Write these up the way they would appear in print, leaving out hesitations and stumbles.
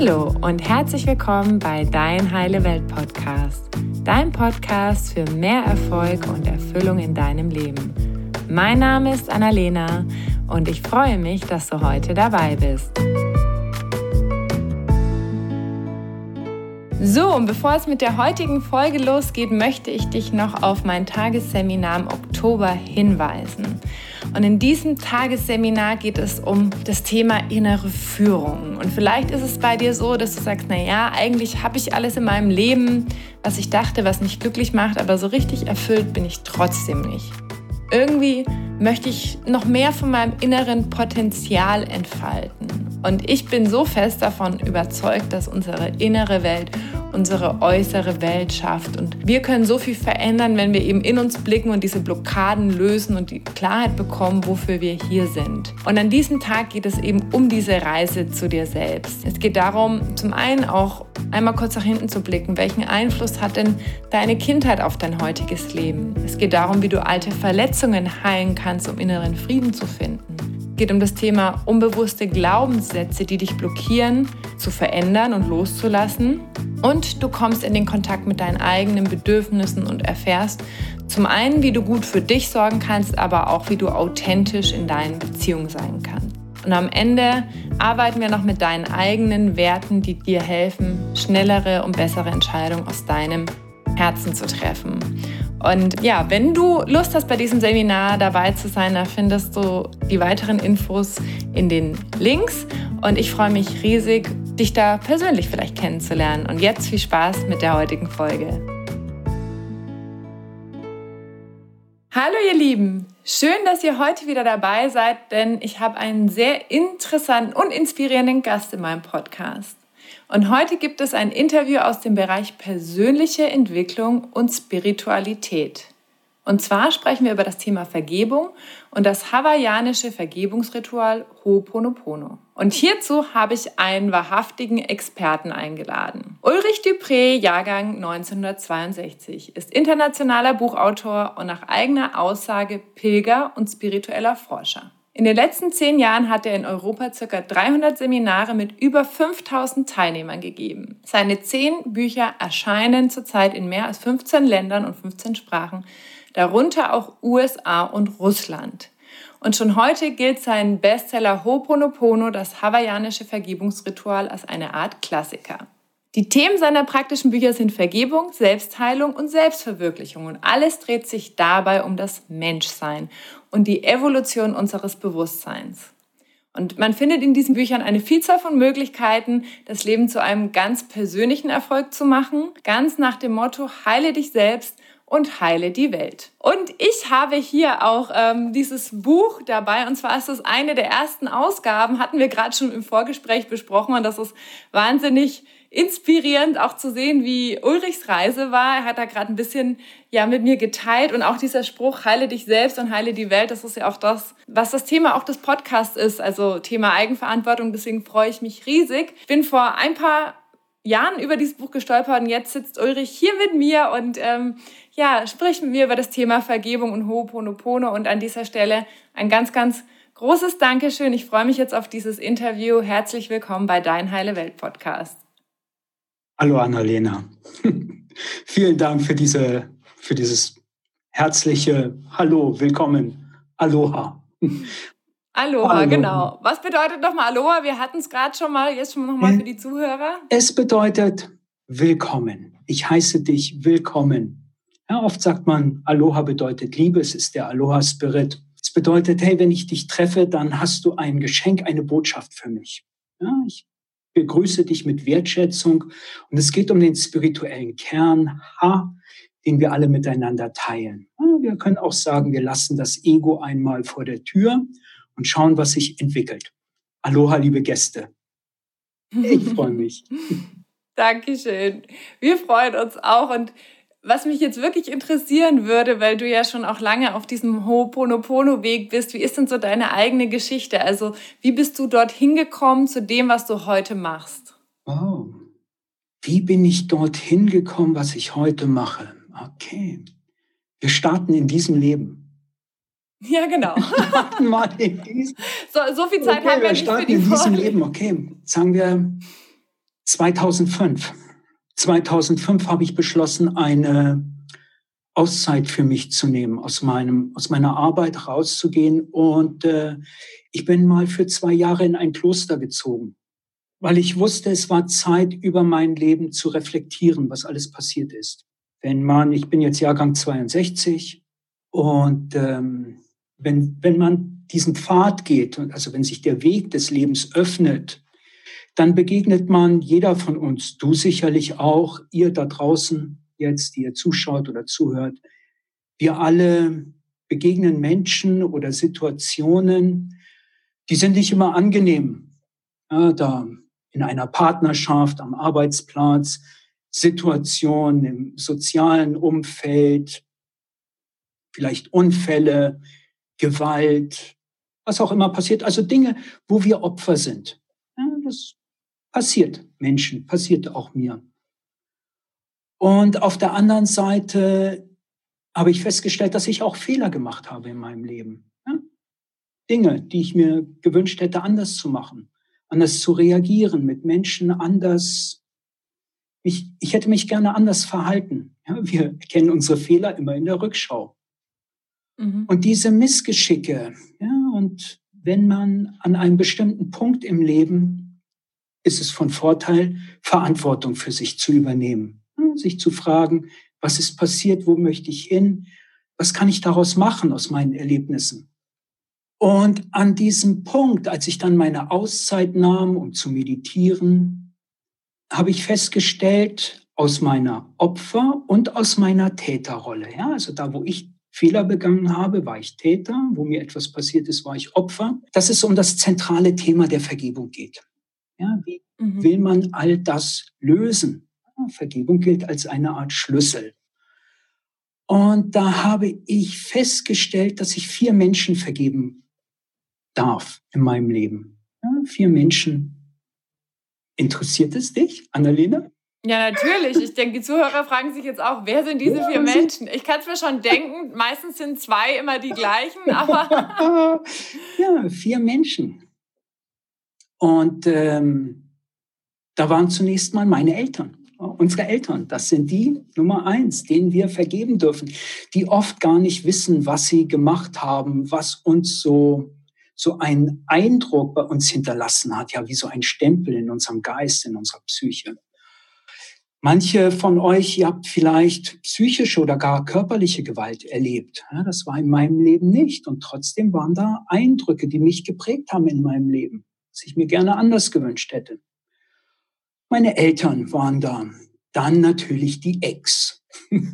Hallo und herzlich willkommen bei Dein Heile Welt Podcast, dein Podcast für mehr Erfolg und Erfüllung in deinem Leben. Mein Name ist Annalena und ich freue mich, dass du heute dabei bist. So, und bevor es mit der heutigen Folge losgeht, möchte ich dich noch auf mein Tagesseminar im Oktober hinweisen. Und in diesem Tagesseminar geht es um das Thema innere Führung. Und vielleicht ist es bei dir so, dass du sagst, naja, eigentlich habe ich alles in meinem Leben, was ich dachte, was mich glücklich macht, aber so richtig erfüllt bin ich trotzdem nicht. Irgendwie möchte ich noch mehr von meinem inneren Potenzial entfalten. Und ich bin so fest davon überzeugt, dass unsere innere Welt unsere äußere Welt schafft. Und wir können so viel verändern, wenn wir eben in uns blicken und diese Blockaden lösen und die Klarheit bekommen, wofür wir hier sind. Und an diesem Tag geht es eben um diese Reise zu dir selbst. Es geht darum, zum einen auch einmal kurz nach hinten zu blicken. Welchen Einfluss hat denn deine Kindheit auf dein heutiges Leben? Es geht darum, wie du alte Verletzungen heilen kannst, um inneren Frieden zu finden. Es geht um das Thema unbewusste Glaubenssätze, die dich blockieren, zu verändern und loszulassen. Und du kommst in den Kontakt mit deinen eigenen Bedürfnissen und erfährst zum einen, wie du gut für dich sorgen kannst, aber auch, wie du authentisch in deinen Beziehungen sein kannst. Und am Ende arbeiten wir noch mit deinen eigenen Werten, die dir helfen, schnellere und bessere Entscheidungen aus deinem Herzen zu treffen. Und ja, wenn du Lust hast, bei diesem Seminar dabei zu sein, da findest du die weiteren Infos in den Links. Und ich freue mich riesig, dich da persönlich vielleicht kennenzulernen. Und jetzt viel Spaß mit der heutigen Folge. Hallo ihr Lieben, schön, dass ihr heute wieder dabei seid, denn ich habe einen sehr interessanten und inspirierenden Gast in meinem Podcast. Und heute gibt es ein Interview aus dem Bereich persönliche Entwicklung und Spiritualität. Und zwar sprechen wir über das Thema Vergebung und das hawaiianische Vergebungsritual Ho'oponopono. Und hierzu habe ich einen wahrhaftigen Experten eingeladen. Ulrich Dupré, Jahrgang 1962, ist internationaler Buchautor und nach eigener Aussage Pilger und spiritueller Forscher. In den letzten 10 Jahren hat er in Europa ca. 300 Seminare mit über 5000 Teilnehmern gegeben. Seine 10 Bücher erscheinen zurzeit in mehr als 15 Ländern und 15 Sprachen, darunter auch USA und Russland. Und schon heute gilt sein Bestseller Ho'oponopono, das hawaiianische Vergebungsritual, als eine Art Klassiker. Die Themen seiner praktischen Bücher sind Vergebung, Selbstheilung und Selbstverwirklichung. Und alles dreht sich dabei um das Menschsein und die Evolution unseres Bewusstseins. Und man findet in diesen Büchern eine Vielzahl von Möglichkeiten, das Leben zu einem ganz persönlichen Erfolg zu machen, ganz nach dem Motto, heile dich selbst und heile die Welt. Und ich habe hier auch dieses Buch dabei, und zwar ist das eine der ersten Ausgaben, hatten wir gerade schon im Vorgespräch besprochen, und das ist wahnsinnig inspirierend auch zu sehen, wie Ulrichs Reise war. Er hat da gerade ein bisschen mit mir geteilt, und auch dieser Spruch, heile dich selbst und heile die Welt, das ist ja auch das, was das Thema auch des Podcasts ist, also Thema Eigenverantwortung. Deswegen freue ich mich riesig. Ich bin vor ein paar Jahren über dieses Buch gestolpert und jetzt sitzt Ulrich hier mit mir und spricht mit mir über das Thema Vergebung und Ho'oponopono. Und an dieser Stelle ein ganz, ganz großes Dankeschön. Ich freue mich jetzt auf dieses Interview. Herzlich willkommen bei Dein Heile Welt Podcast. Hallo Annalena. Vielen Dank für dieses herzliche Hallo, willkommen, Aloha. Aloha, hallo. Genau. Was bedeutet nochmal Aloha? Wir hatten es gerade schon mal, jetzt schon nochmal für die Zuhörer. Es bedeutet willkommen. Ich heiße dich willkommen. Ja, oft sagt man, Aloha bedeutet Liebe, es ist der Aloha-Spirit. Es bedeutet, hey, wenn ich dich treffe, dann hast du ein Geschenk, eine Botschaft für mich. Ja, ich begrüße dich mit Wertschätzung und es geht um den spirituellen Kern, den wir alle miteinander teilen. Ja, wir können auch sagen, wir lassen das Ego einmal vor der Tür und schauen, was sich entwickelt. Aloha, liebe Gäste. Ich freue mich. Dankeschön. Wir freuen uns auch. Und was mich jetzt wirklich interessieren würde, weil du ja schon auch lange auf diesem Ho'oponopono-Weg bist, wie ist denn so deine eigene Geschichte? Also wie bist du dorthin gekommen zu dem, was du heute machst? Oh, wie bin ich dorthin gekommen, was ich heute mache? Okay, wir starten in diesem Leben. Ja, genau. Mal in diesem. So viel Zeit haben wir nicht starten für die in diesem Leben. Okay, sagen wir 2005. 2005 habe ich beschlossen, eine Auszeit für mich zu nehmen, aus meiner Arbeit rauszugehen. Und ich bin mal für 2 Jahre in ein Kloster gezogen, weil ich wusste, es war Zeit, über mein Leben zu reflektieren, was alles passiert ist. Ich bin jetzt Jahrgang 62 und wenn man diesen Pfad geht, also wenn sich der Weg des Lebens öffnet, dann begegnet man, jeder von uns, du sicherlich auch, ihr da draußen jetzt, die ihr zuschaut oder zuhört, wir alle begegnen Menschen oder Situationen, die sind nicht immer angenehm. Ja, da in einer Partnerschaft, am Arbeitsplatz, Situationen im sozialen Umfeld, vielleicht Unfälle, Gewalt, was auch immer passiert. Also Dinge, wo wir Opfer sind. Ja, das passiert Menschen, passiert auch mir. Und auf der anderen Seite habe ich festgestellt, dass ich auch Fehler gemacht habe in meinem Leben. Ja? Dinge, die ich mir gewünscht hätte, anders zu machen, anders zu reagieren, mit Menschen anders. Ich hätte mich gerne anders verhalten. Ja? Wir erkennen unsere Fehler immer in der Rückschau. Und diese Missgeschicke, ja, und wenn man an einem bestimmten Punkt im Leben, ist es von Vorteil, Verantwortung für sich zu übernehmen. Sich zu fragen, was ist passiert, wo möchte ich hin, was kann ich daraus machen aus meinen Erlebnissen. Und an diesem Punkt, als ich dann meine Auszeit nahm, um zu meditieren, habe ich festgestellt, aus meiner Opfer- und aus meiner Täterrolle, ja, also da, wo ich Fehler begangen habe, war ich Täter, wo mir etwas passiert ist, war ich Opfer, dass es um das zentrale Thema der Vergebung geht. Ja, wie will man all das lösen? Vergebung gilt als eine Art Schlüssel. Und da habe ich festgestellt, dass ich 4 Menschen vergeben darf in meinem Leben. Ja, 4 Menschen. Interessiert es dich, Annalena? Ja, natürlich. Ich denke, die Zuhörer fragen sich jetzt auch, wer sind diese 4 Menschen? Ich kann es mir schon denken, meistens sind 2 immer die gleichen, aber... Ja, 4 Menschen. Und da waren zunächst mal meine Eltern. Unsere Eltern, das sind die Nummer 1, denen wir vergeben dürfen, die oft gar nicht wissen, was sie gemacht haben, was uns so einen Eindruck bei uns hinterlassen hat, ja, wie so ein Stempel in unserem Geist, in unserer Psyche. Manche von euch, ihr habt vielleicht psychische oder gar körperliche Gewalt erlebt. Ja, das war in meinem Leben nicht. Und trotzdem waren da Eindrücke, die mich geprägt haben in meinem Leben, was ich mir gerne anders gewünscht hätte. Meine Eltern waren da. Dann natürlich die Ex.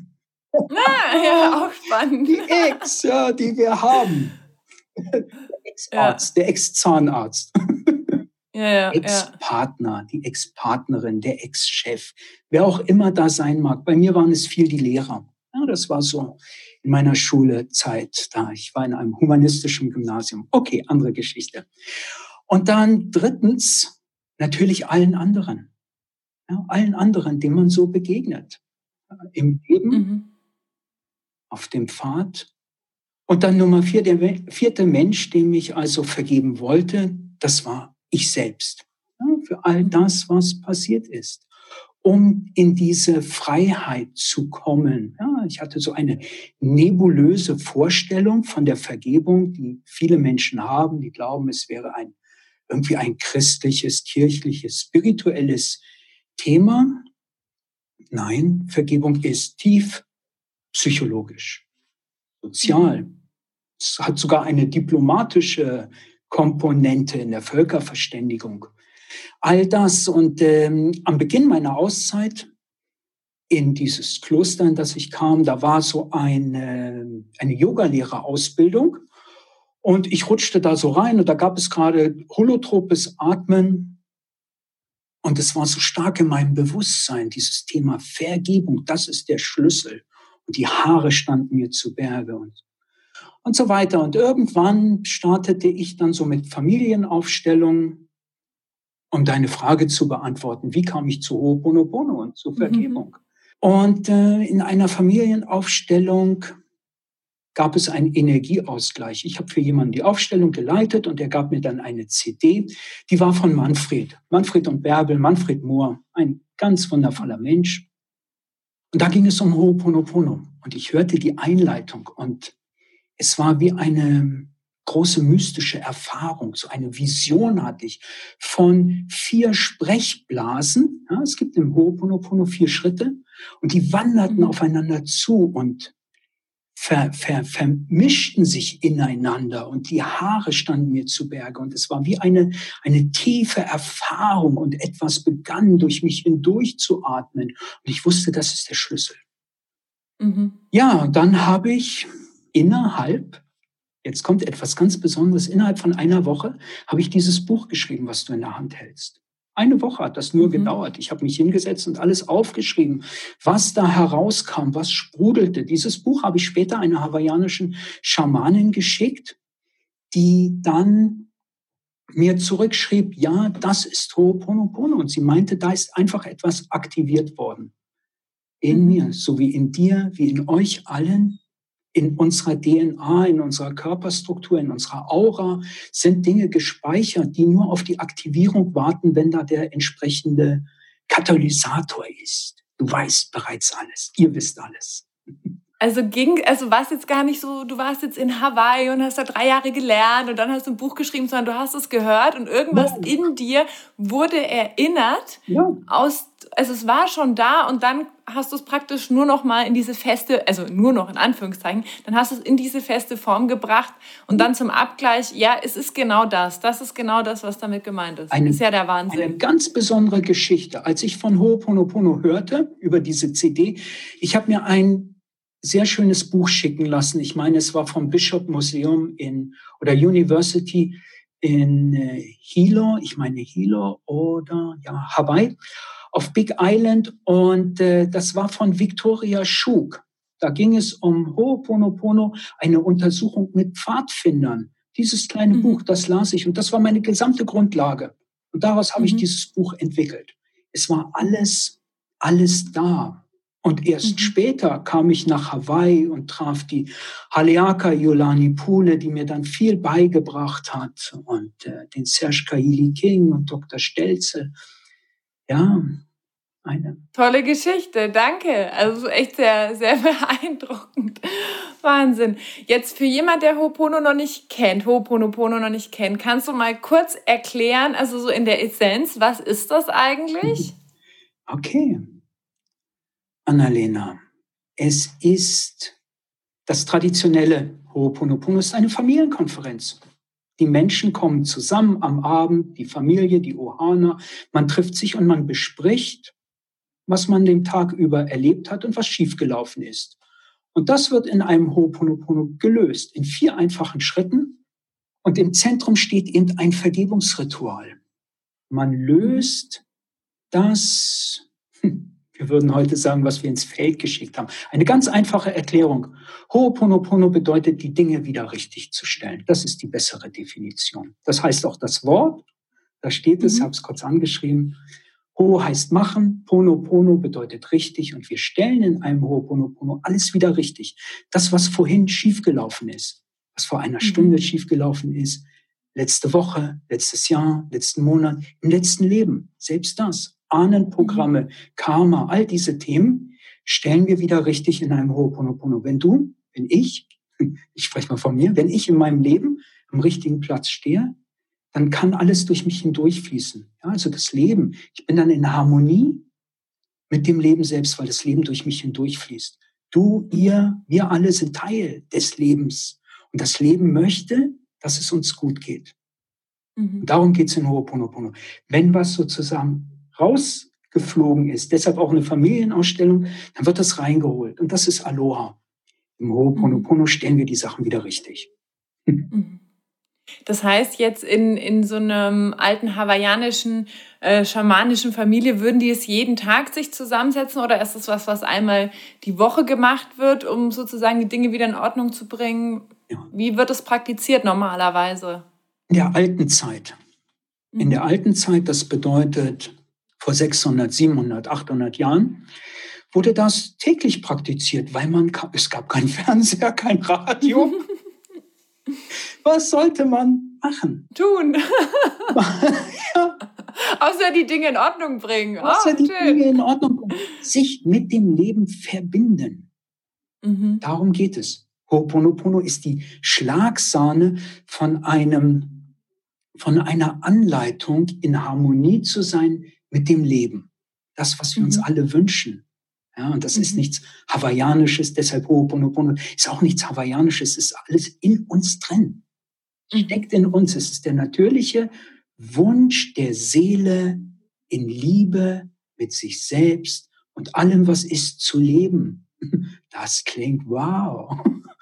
Ja, auch spannend. Die Ex, ja, die wir haben. Der Ex-Arzt, der Ex-Zahnarzt. Ja, Ex-Partner, die Ex-Partnerin, der Ex-Chef, wer auch immer da sein mag. Bei mir waren es viel die Lehrer. Ja, das war so in meiner Schulezeit da. Ich war in einem humanistischen Gymnasium. Okay, andere Geschichte. Und dann drittens natürlich allen anderen. Ja, allen anderen, denen man so begegnet. Im Leben, auf dem Pfad. Und dann Nummer 4, der 4. Mensch, dem ich also vergeben wollte, das war ich selbst. Ja, für all das, was passiert ist. Um in diese Freiheit zu kommen. Ja, ich hatte so eine nebulöse Vorstellung von der Vergebung, die viele Menschen haben. Die glauben, es wäre irgendwie ein christliches, kirchliches, spirituelles Thema. Nein, Vergebung ist tief psychologisch, sozial. Es hat sogar eine diplomatische Komponente in der Völkerverständigung. All das. Und am Beginn meiner Auszeit in dieses Kloster, in das ich kam, da war so eine Yogalehrerausbildung. Und ich rutschte da so rein und da gab es gerade holotropes Atmen. Und es war so stark in meinem Bewusstsein, dieses Thema Vergebung, das ist der Schlüssel. Und die Haare standen mir zu Berge und so weiter. Und irgendwann startete ich dann so mit Familienaufstellung, um deine Frage zu beantworten. Wie kam ich zu Ho'oponopono und zur Vergebung? Und in einer Familienaufstellung gab es einen Energieausgleich. Ich habe für jemanden die Aufstellung geleitet und er gab mir dann eine CD, die war von Manfred und Bärbel, Manfred Mohr, ein ganz wundervoller Mensch. Und da ging es um Ho'oponopono und ich hörte die Einleitung und es war wie eine große mystische Erfahrung, so eine Vision hatte ich von 4 Sprechblasen. Ja, es gibt im Ho'oponopono 4 Schritte und die wanderten aufeinander zu und vermischten sich ineinander und die Haare standen mir zu Berge und es war wie eine tiefe Erfahrung und etwas begann durch mich hindurch zu atmen und ich wusste, das ist der Schlüssel. Ja, und dann habe ich jetzt kommt etwas ganz Besonderes, innerhalb von einer Woche habe ich dieses Buch geschrieben, was du in der Hand hältst. Eine Woche hat das nur gedauert. Ich habe mich hingesetzt und alles aufgeschrieben, was da herauskam, was sprudelte. Dieses Buch habe ich später einer hawaiianischen Schamanin geschickt, die dann mir zurückschrieb, ja, das ist Ho'oponopono. Und sie meinte, da ist einfach etwas aktiviert worden. In mir, so wie in dir, wie in euch allen. In unserer DNA, in unserer Körperstruktur, in unserer Aura sind Dinge gespeichert, die nur auf die Aktivierung warten, wenn da der entsprechende Katalysator ist. Du weißt bereits alles. Ihr wisst alles. Also warst jetzt gar nicht so, du warst jetzt in Hawaii und hast da 3 Jahre gelernt und dann hast du ein Buch geschrieben, sondern du hast es gehört und irgendwas in dir wurde erinnert. Ja. Also es war schon da und dann hast du es praktisch nur noch mal in diese feste, also nur noch in Anführungszeichen, dann hast du es in diese feste Form gebracht und dann zum Abgleich, ja, es ist genau das. Das ist genau das, was damit gemeint ist. Das ist ja der Wahnsinn. Eine ganz besondere Geschichte. Als ich von Ho'oponopono hörte, über diese CD, ich habe mir ein sehr schönes Buch schicken lassen. Ich meine, es war vom Bishop Museum oder University in Hilo, oder Hawaii, auf Big Island. Und das war von Victoria Schug. Da ging es um Ho'oponopono, eine Untersuchung mit Pfadfindern. Dieses kleine Buch, das las ich und das war meine gesamte Grundlage. Und daraus habe ich dieses Buch entwickelt. Es war alles da. Und erst später kam ich nach Hawaii und traf die Haleaka Iolani Pule, die mir dann viel beigebracht hat, und den Serge Kahili King und Dr. Stelze. Ja, eine tolle Geschichte, danke. Also echt sehr, sehr beeindruckend. Wahnsinn. Jetzt für jemand, der Ho'oponopono noch nicht kennt, kannst du mal kurz erklären, also so in der Essenz, was ist das eigentlich? Okay. Annalena, es ist das traditionelle Ho'oponopono, ist eine Familienkonferenz. Die Menschen kommen zusammen am Abend, die Familie, die Ohana, man trifft sich und man bespricht, was man den Tag über erlebt hat und was schiefgelaufen ist. Und das wird in einem Ho'oponopono gelöst, in 4 einfachen Schritten. Und im Zentrum steht eben ein Vergebungsritual. Man löst das, wir würden heute sagen, was wir ins Feld geschickt haben. Eine ganz einfache Erklärung. Ho'oponopono bedeutet, die Dinge wieder richtig zu stellen. Das ist die bessere Definition. Das heißt auch das Wort, da steht es, ich habe es kurz angeschrieben. Ho heißt machen, Ponopono bedeutet richtig und wir stellen in einem Ho'oponopono alles wieder richtig. Das, was vorhin schiefgelaufen ist, was vor einer Stunde schiefgelaufen ist, letzte Woche, letztes Jahr, letzten Monat, im letzten Leben, selbst das. Ahnenprogramme, Karma, all diese Themen stellen wir wieder richtig in einem Ho'oponopono. Wenn ich spreche mal von mir, wenn ich in meinem Leben am richtigen Platz stehe, dann kann alles durch mich hindurchfließen. Ja, also das Leben, ich bin dann in Harmonie mit dem Leben selbst, weil das Leben durch mich hindurchfließt. Du, ihr, wir alle sind Teil des Lebens. Und das Leben möchte, dass es uns gut geht. Und darum geht es in Ho'oponopono. Wenn was sozusagen rausgeflogen ist, deshalb auch eine Familienausstellung, dann wird das reingeholt. Und das ist Aloha. Im Ho'oponopono stellen wir die Sachen wieder richtig. Das heißt, jetzt in so einem alten hawaiianischen, schamanischen Familie, würden die es jeden Tag sich zusammensetzen oder ist das was einmal die Woche gemacht wird, um sozusagen die Dinge wieder in Ordnung zu bringen? Ja. Wie wird es praktiziert normalerweise? In der alten Zeit. In der alten Zeit, das bedeutet vor 600, 700, 800 Jahren, wurde das täglich praktiziert, weil es gab keinen Fernseher, kein Radio. Was sollte man machen? Tun. Ja, Außer die Dinge in Ordnung bringen. außer die Schön. Dinge in Ordnung bringen. Sich mit dem Leben verbinden. Mhm. Darum geht es. Ho'oponopono ist die Schlagsahne von einer Anleitung, in Harmonie zu sein mit dem Leben. Das, was wir uns alle wünschen. Ja, und das ist nichts Hawaiianisches, deshalb Ho'oponopono ist auch nichts Hawaiianisches, es ist alles in uns drin. Steckt in uns. Es ist der natürliche Wunsch der Seele, in Liebe mit sich selbst und allem, was ist, zu leben. Das klingt wow.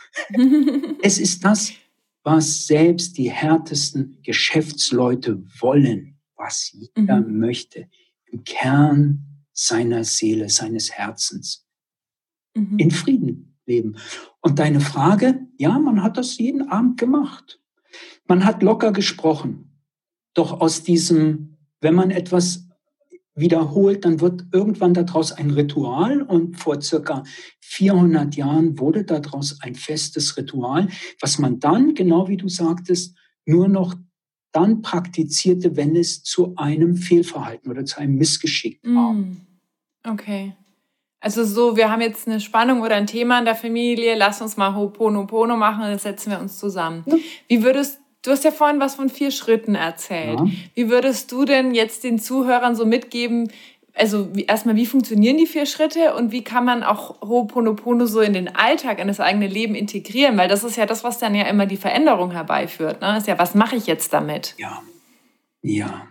Es ist das, was selbst die härtesten Geschäftsleute wollen, was jeder möchte, im Kern seiner Seele, seines Herzens, in Frieden leben. Und deine Frage, ja, man hat das jeden Abend gemacht. Man hat locker gesprochen. Doch aus diesem, wenn man etwas wiederholt, dann wird irgendwann daraus ein Ritual. Und vor circa 400 Jahren wurde daraus ein festes Ritual, was man dann, genau wie du sagtest, nur noch dann praktizierte, wenn es zu einem Fehlverhalten oder zu einem Missgeschick war. Okay. Also so, wir haben jetzt eine Spannung oder ein Thema in der Familie, lass uns mal Ho'oponopono machen und dann setzen wir uns zusammen. Ja. Du hast ja vorhin was von 4 Schritten erzählt. Ja. Wie würdest du denn jetzt den Zuhörern so mitgeben, also erstmal, wie funktionieren die 4 Schritte und wie kann man auch Ho'oponopono so in den Alltag, in das eigene Leben integrieren? Weil das ist ja das, was dann ja immer die Veränderung herbeiführt. Ne? Ist ja, was mache ich jetzt damit? Ja.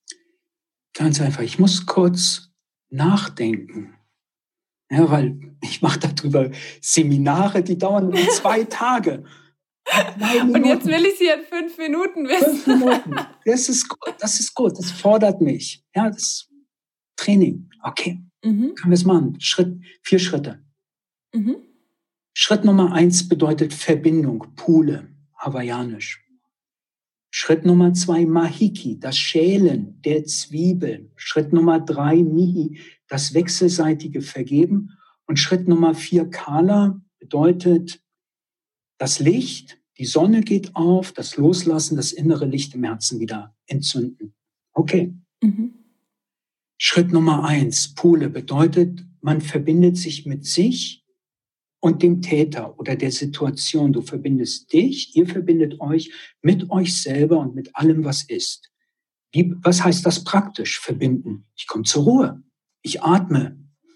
Ganz einfach. Ich muss kurz nachdenken. Ja, weil ich mache darüber Seminare, die dauern 2 Tage. Und jetzt will ich sie in 5 Minuten wissen. 5 Minuten. Das ist gut. Das fordert mich. Ja, das ist Training. Okay. Können wir es machen? 4 Schritte. Schritt Nummer 1 bedeutet Verbindung, Pule, hawaiianisch. Schritt Nummer 2, Mahiki, das Schälen der Zwiebeln. Schritt Nummer 3, Mihi, das wechselseitige Vergeben. Und Schritt Nummer 4, Kala, bedeutet das Licht, die Sonne geht auf, das Loslassen, das innere Licht im Herzen wieder entzünden. Okay. Schritt Nummer 1, Pule, bedeutet, man verbindet sich mit sich und dem Täter oder der Situation. Du verbindest dich, ihr verbindet euch mit euch selber und mit allem, was ist. Was heißt das praktisch, verbinden? Ich komme zur Ruhe, ich atme,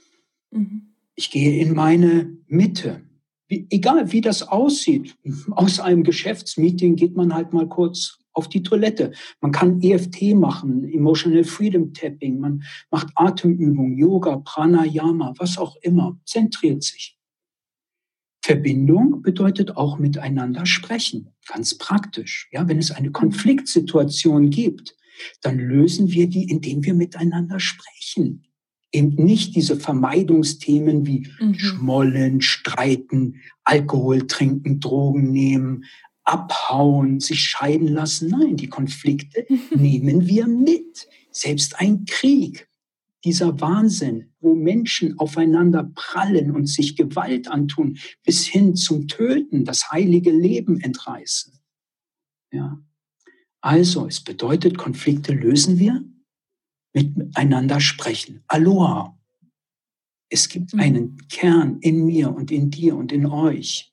ich gehe in meine Mitte. Egal wie das aussieht, aus einem Geschäftsmeeting geht man halt mal kurz auf die Toilette. Man kann EFT machen, Emotional Freedom Tapping, man macht Atemübungen, Yoga, Pranayama, was auch immer, zentriert sich. Verbindung bedeutet auch miteinander sprechen, ganz praktisch. Ja, wenn es eine Konfliktsituation gibt, dann lösen wir die, indem wir miteinander sprechen. Eben nicht diese Vermeidungsthemen wie Schmollen, Streiten, Alkohol trinken, Drogen nehmen, abhauen, sich scheiden lassen. Nein, die Konflikte nehmen wir mit. Selbst ein Krieg, dieser Wahnsinn, wo Menschen aufeinander prallen und sich Gewalt antun, bis hin zum Töten, das heilige Leben entreißen. Ja. Also, es bedeutet, Konflikte lösen wir, miteinander sprechen. Aloha. Es gibt einen Kern in mir und in dir und in euch.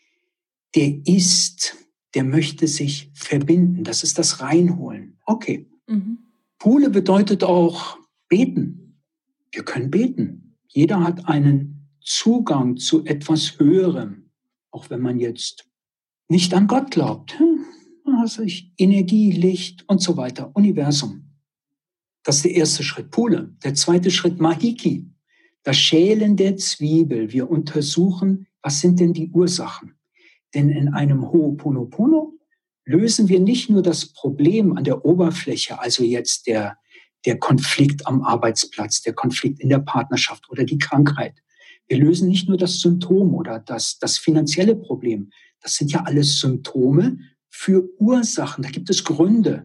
Der möchte sich verbinden. Das ist das Reinholen. Okay. Pule bedeutet auch beten. Wir können beten. Jeder hat einen Zugang zu etwas Höherem. Auch wenn man jetzt nicht an Gott glaubt. Also Energie, Licht und so weiter. Universum. Das ist der erste Schritt, Pule. Der zweite Schritt, Mahiki, das Schälen der Zwiebel. Wir untersuchen, was sind denn die Ursachen? Denn in einem Ho'oponopono lösen wir nicht nur das Problem an der Oberfläche, also jetzt der Konflikt am Arbeitsplatz, der Konflikt in der Partnerschaft oder die Krankheit. Wir lösen nicht nur das Symptom oder das finanzielle Problem. Das sind ja alles Symptome für Ursachen. Da gibt es Gründe.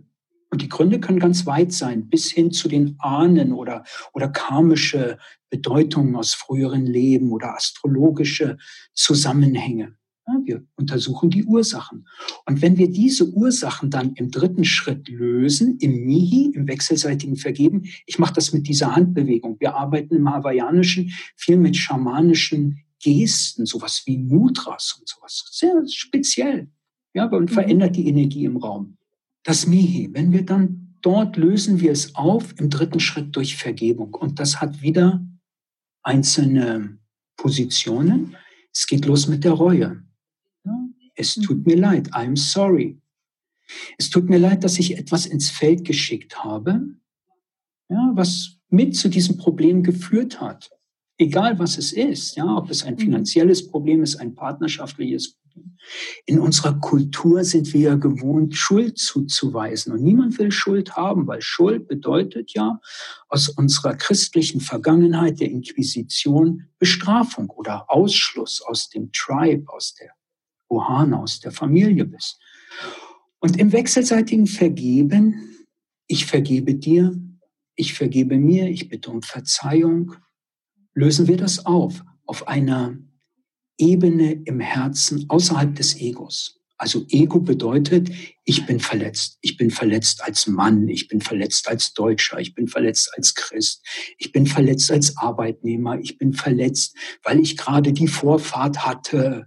Und die Gründe können ganz weit sein, bis hin zu den Ahnen oder karmische Bedeutungen aus früheren Leben oder astrologische Zusammenhänge. Ja, wir untersuchen die Ursachen. Und wenn wir diese Ursachen dann im dritten Schritt lösen, im Mihi, im wechselseitigen Vergeben, ich mache das mit dieser Handbewegung. Wir arbeiten im Hawaiianischen viel mit schamanischen Gesten, sowas wie Mudras und sowas. Sehr speziell. Ja, und verändert die Energie im Raum. Das Mihi, wenn wir dann dort lösen wir es auf im dritten Schritt durch Vergebung. Und das hat wieder einzelne Positionen. Es geht los mit der Reue. Ja, es tut mir leid, I'm sorry. Es tut mir leid, dass ich etwas ins Feld geschickt habe, ja, was mit zu diesem Problem geführt hat. Egal, was es ist, ja, ob es ein finanzielles Problem ist, ein partnerschaftliches Problem. In unserer Kultur sind wir ja gewohnt, Schuld zuzuweisen. Und niemand will Schuld haben, weil Schuld bedeutet ja aus unserer christlichen Vergangenheit der Inquisition Bestrafung oder Ausschluss aus dem Tribe, aus der Ohana, aus der Familie bist. Und im wechselseitigen Vergeben, ich vergebe dir, ich vergebe mir, ich bitte um Verzeihung, lösen wir das auf einer Ebene im Herzen außerhalb des Egos. Also Ego bedeutet, ich bin verletzt. Ich bin verletzt als Mann, ich bin verletzt als Deutscher, ich bin verletzt als Christ, ich bin verletzt als Arbeitnehmer, ich bin verletzt, weil ich gerade die Vorfahrt hatte.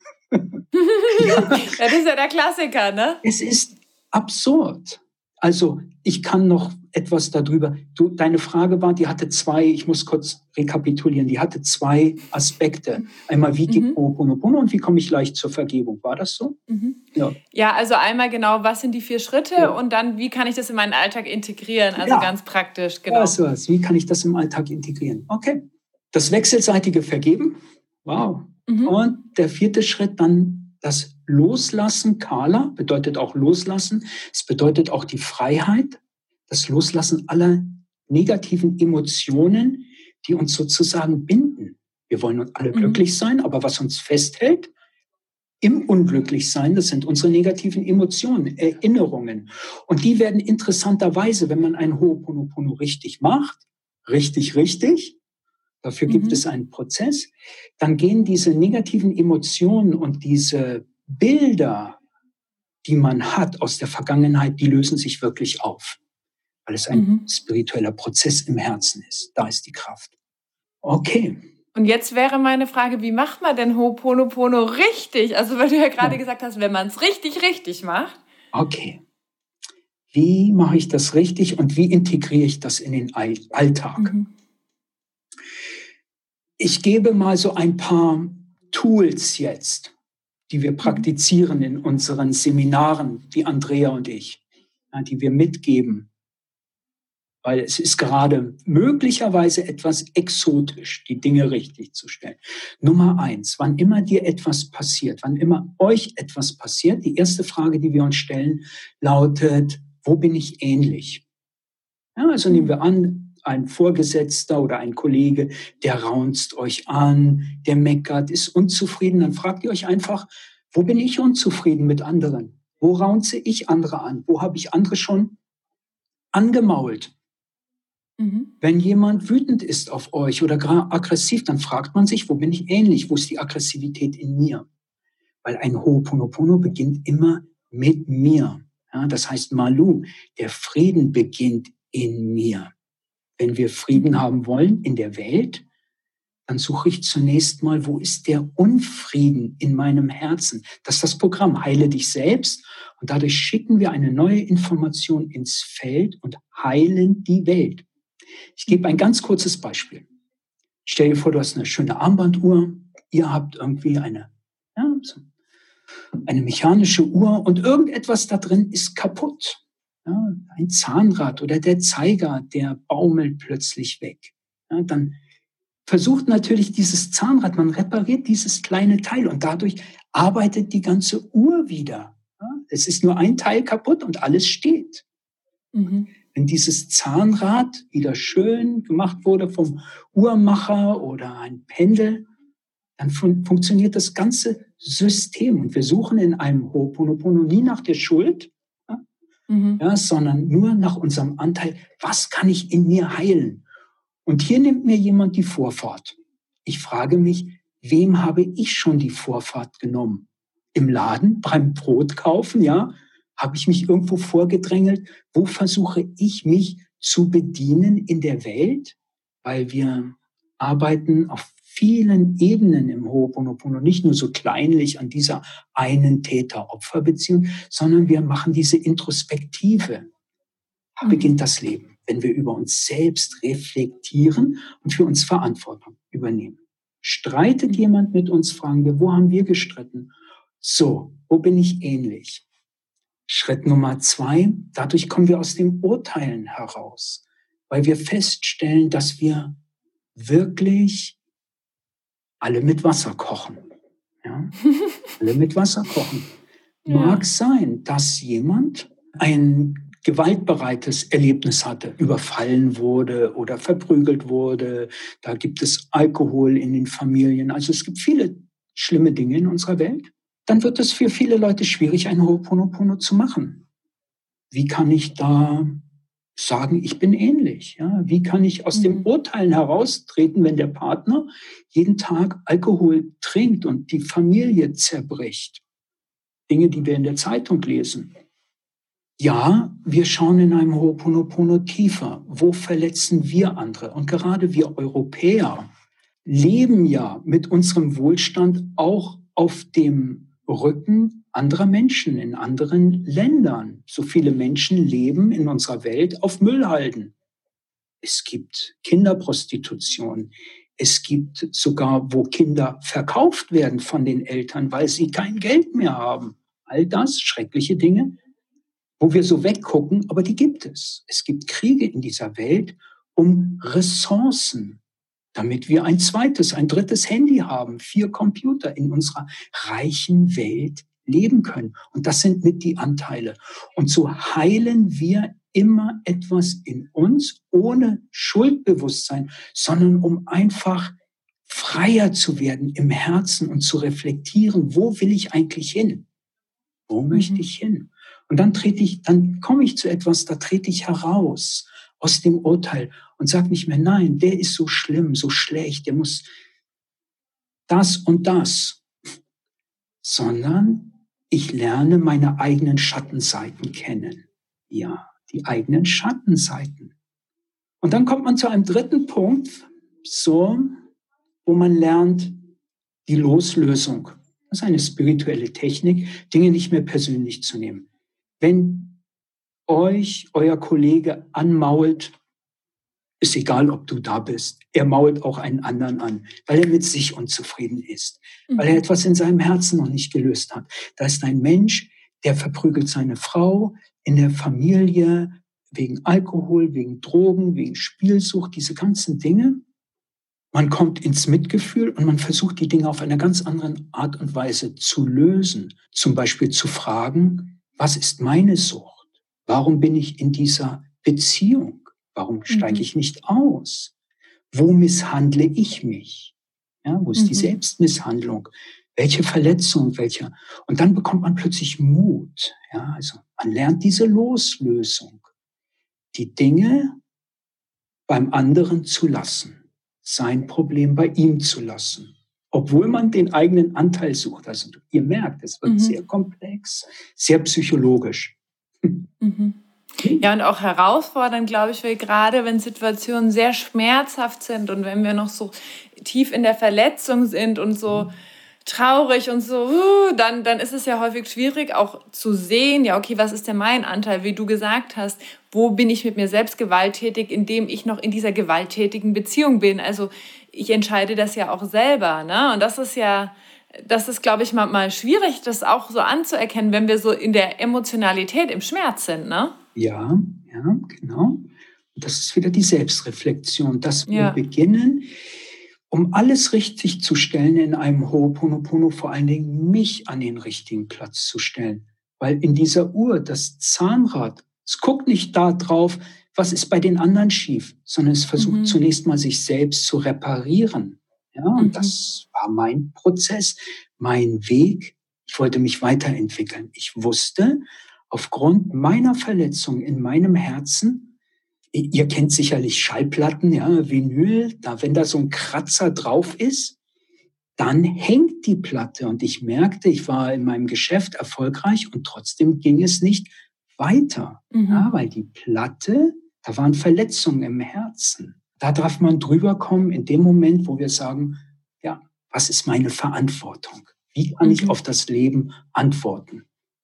Ja, das ist ja der Klassiker, ne? Es ist absurd. Also ich kann noch etwas darüber. Deine Frage war, die hatte zwei, ich muss kurz rekapitulieren, die hatte zwei Aspekte. Einmal, wie geht Ho'oponopono und wie komme ich leicht zur Vergebung? War das so? Ja, also einmal genau, was sind die 4 Schritte und dann, wie kann ich das in meinen Alltag integrieren? Also ganz praktisch, genau. Wie kann ich das im Alltag integrieren? Okay. Das wechselseitige Vergeben. Wow. Und der 4. Schritt dann das Loslassen, Kala, bedeutet auch Loslassen. Es bedeutet auch die Freiheit, das Loslassen aller negativen Emotionen, die uns sozusagen binden. Wir wollen uns alle glücklich sein, aber was uns festhält im Unglücklichsein, das sind unsere negativen Emotionen, Erinnerungen. Und die werden interessanterweise, wenn man ein Ho'oponopono richtig macht, richtig, dafür gibt es einen Prozess, dann gehen diese negativen Emotionen und diese Bilder, die man hat aus der Vergangenheit, die lösen sich wirklich auf, weil es ein spiritueller Prozess im Herzen ist. Da ist die Kraft. Okay. Und jetzt wäre meine Frage, wie macht man denn Ho'oponopono richtig? Also weil du ja gerade gesagt hast, wenn man es richtig macht. Okay. Wie mache ich das richtig und wie integriere ich das in den Alltag? Ich gebe mal so ein paar Tools jetzt, die wir praktizieren in unseren Seminaren, die Andrea und ich, die wir mitgeben. Weil es ist gerade möglicherweise etwas exotisch, die Dinge richtig zu stellen. Nummer 1, wann immer dir etwas passiert, wann immer euch etwas passiert, die erste Frage, die wir uns stellen, lautet, wo bin ich ähnlich? Ja, also nehmen wir an, ein Vorgesetzter oder ein Kollege, der raunzt euch an, der meckert, ist unzufrieden, dann fragt ihr euch einfach, wo bin ich unzufrieden mit anderen? Wo raunze ich andere an? Wo habe ich andere schon angemault? Wenn jemand wütend ist auf euch oder aggressiv, dann fragt man sich, wo bin ich ähnlich? Wo ist die Aggressivität in mir? Weil ein Ho'oponopono beginnt immer mit mir. Ja, das heißt Malu, der Frieden beginnt in mir. Wenn wir Frieden haben wollen in der Welt, dann suche ich zunächst mal, wo ist der Unfrieden in meinem Herzen? Das ist das Programm Heile dich selbst. Und dadurch schicken wir eine neue Information ins Feld und heilen die Welt. Ich gebe ein ganz kurzes Beispiel. Stell dir vor, du hast eine schöne Armbanduhr. Ihr habt irgendwie eine mechanische Uhr und irgendetwas da drin ist kaputt. Ja, ein Zahnrad oder der Zeiger, der baumelt plötzlich weg. Ja, dann versucht natürlich dieses Zahnrad, man repariert dieses kleine Teil und dadurch arbeitet die ganze Uhr wieder. Ja, es ist nur ein Teil kaputt und alles steht. Wenn dieses Zahnrad wieder schön gemacht wurde vom Uhrmacher oder ein Pendel, dann funktioniert das ganze System. Und wir suchen in einem Ho'oponopono nie nach der Schuld, ja, sondern nur nach unserem Anteil, was kann ich in mir heilen? Und hier nimmt mir jemand die Vorfahrt. Ich frage mich, wem habe ich schon die Vorfahrt genommen? Im Laden, beim Brot kaufen, ja? Habe ich mich irgendwo vorgedrängelt? Wo versuche ich mich zu bedienen in der Welt? Weil wir arbeiten auf vielen Ebenen im Ho'oponopono, nicht nur so kleinlich an dieser einen Täter-Opfer-Beziehung, sondern wir machen diese Introspektive. Da beginnt das Leben, wenn wir über uns selbst reflektieren und für uns Verantwortung übernehmen. Streitet jemand mit uns, fragen wir, wo haben wir gestritten? So, wo bin ich ähnlich? Schritt Nummer 2, dadurch kommen wir aus dem Urteilen heraus, weil wir feststellen, dass wir wirklich alle mit Wasser kochen. Ja? Alle mit Wasser kochen. Mag sein, dass jemand ein gewaltbereites Erlebnis hatte, überfallen wurde oder verprügelt wurde. Da gibt es Alkohol in den Familien. Also es gibt viele schlimme Dinge in unserer Welt. Dann wird es für viele Leute schwierig, ein Ho'oponopono zu machen. Wie kann ich da sagen, ich bin ähnlich? Ja? Wie kann ich aus dem Urteilen heraustreten, wenn der Partner jeden Tag Alkohol trinkt und die Familie zerbricht? Dinge, die wir in der Zeitung lesen. Ja, wir schauen in einem Ho'oponopono tiefer. Wo verletzen wir andere? Und gerade wir Europäer leben ja mit unserem Wohlstand auch auf dem Rücken anderer Menschen in anderen Ländern. So viele Menschen leben in unserer Welt auf Müllhalden. Es gibt Kinderprostitution. Es gibt sogar, wo Kinder verkauft werden von den Eltern, weil sie kein Geld mehr haben. All das, schreckliche Dinge, wo wir so weggucken, aber die gibt es. Es gibt Kriege in dieser Welt um Ressourcen, damit wir ein zweites, ein drittes Handy haben, 4 Computer in unserer reichen Welt leben können. Und das sind mit die Anteile. Und so heilen wir immer etwas in uns ohne Schuldbewusstsein, sondern um einfach freier zu werden im Herzen und zu reflektieren, wo will ich eigentlich hin? Wo möchte ich hin? Und dann komme ich zu etwas, da trete ich heraus aus dem Urteil und sage nicht mehr, nein, der ist so schlimm, so schlecht, der muss das und das, sondern ich lerne meine eigenen Schattenseiten kennen. Ja, die eigenen Schattenseiten. Und dann kommt man zu einem dritten Punkt, so, wo man lernt, die Loslösung. Das ist eine spirituelle Technik, Dinge nicht mehr persönlich zu nehmen. Wenn euch euer Kollege anmault, ist egal, ob du da bist. Er mault auch einen anderen an, weil er mit sich unzufrieden ist, weil er etwas in seinem Herzen noch nicht gelöst hat. Da ist ein Mensch, der verprügelt seine Frau in der Familie wegen Alkohol, wegen Drogen, wegen Spielsucht, diese ganzen Dinge. Man kommt ins Mitgefühl und man versucht, die Dinge auf einer ganz anderen Art und Weise zu lösen. Zum Beispiel zu fragen, was ist meine Sucht? Warum bin ich in dieser Beziehung? Warum steige ich nicht aus? Wo misshandle ich mich? Ja, wo ist die Selbstmisshandlung? Welche Verletzung, welche? Und dann bekommt man plötzlich Mut. Ja, also man lernt diese Loslösung, die Dinge beim anderen zu lassen, sein Problem bei ihm zu lassen, obwohl man den eigenen Anteil sucht. Also ihr merkt, es wird sehr komplex, sehr psychologisch. Ja, und auch herausfordernd, glaube ich, weil gerade wenn Situationen sehr schmerzhaft sind und wenn wir noch so tief in der Verletzung sind und so traurig und so, dann ist es ja häufig schwierig auch zu sehen, ja, okay, was ist denn mein Anteil, wie du gesagt hast, wo bin ich mit mir selbst gewalttätig, indem ich noch in dieser gewalttätigen Beziehung bin. Also ich entscheide das ja auch selber, ne? Und das ist, glaube ich, mal schwierig, das auch so anzuerkennen, wenn wir so in der Emotionalität, im Schmerz sind, ne? Ja, genau. Und das ist wieder die Selbstreflexion, dass wir beginnen, um alles richtig zu stellen in einem Ho'oponopono, vor allen Dingen mich an den richtigen Platz zu stellen. Weil in dieser Uhr, das Zahnrad, es guckt nicht da drauf, was ist bei den anderen schief, sondern es versucht zunächst mal, sich selbst zu reparieren. Ja, und das war mein Prozess, mein Weg. Ich wollte mich weiterentwickeln. Ich wusste, aufgrund meiner Verletzung in meinem Herzen, ihr kennt sicherlich Schallplatten, ja, Vinyl, wenn da so ein Kratzer drauf ist, dann hängt die Platte und ich merkte, ich war in meinem Geschäft erfolgreich und trotzdem ging es nicht weiter, ja, weil die Platte, da waren Verletzungen im Herzen. Da darf man drüber kommen in dem Moment, wo wir sagen, ja, was ist meine Verantwortung? Wie kann ich auf das Leben antworten?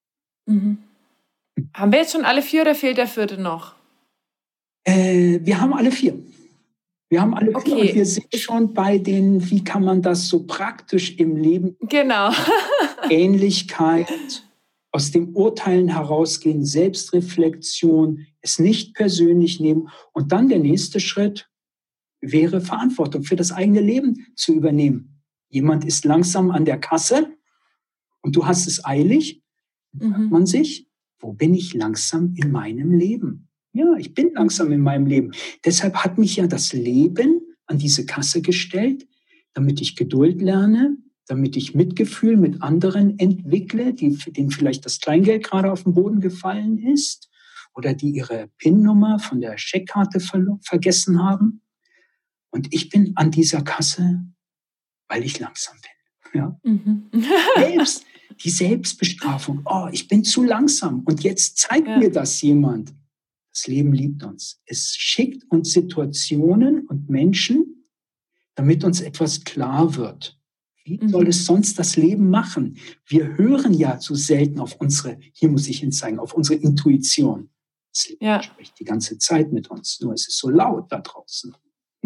Haben wir jetzt schon alle 4 oder fehlt der 4. noch? Wir haben alle 4. Wir haben alle 4 und wir sind schon bei den, wie kann man das so praktisch im Leben? Genau. Ähnlichkeit, aus dem Urteilen herausgehen, Selbstreflexion, es nicht persönlich nehmen. Und dann der nächste Schritt wäre, Verantwortung für das eigene Leben zu übernehmen. Jemand ist langsam an der Kasse und du hast es eilig. Dann fragt man sich, wo bin ich langsam in meinem Leben? Ja, ich bin langsam in meinem Leben. Deshalb hat mich ja das Leben an diese Kasse gestellt, damit ich Geduld lerne, damit ich Mitgefühl mit anderen entwickle, denen vielleicht das Kleingeld gerade auf den Boden gefallen ist oder die ihre PIN-Nummer von der Scheckkarte vergessen haben. Und ich bin an dieser Kasse, weil ich langsam bin. Ja? Die Selbstbestrafung. Oh, ich bin zu langsam. Und jetzt zeigt mir das jemand. Das Leben liebt uns. Es schickt uns Situationen und Menschen, damit uns etwas klar wird. Wie soll es sonst das Leben machen? Wir hören ja so selten auf unsere, hier muss ich hinzeigen, auf unsere Intuition. Das Leben spricht die ganze Zeit mit uns, nur es ist so laut da draußen.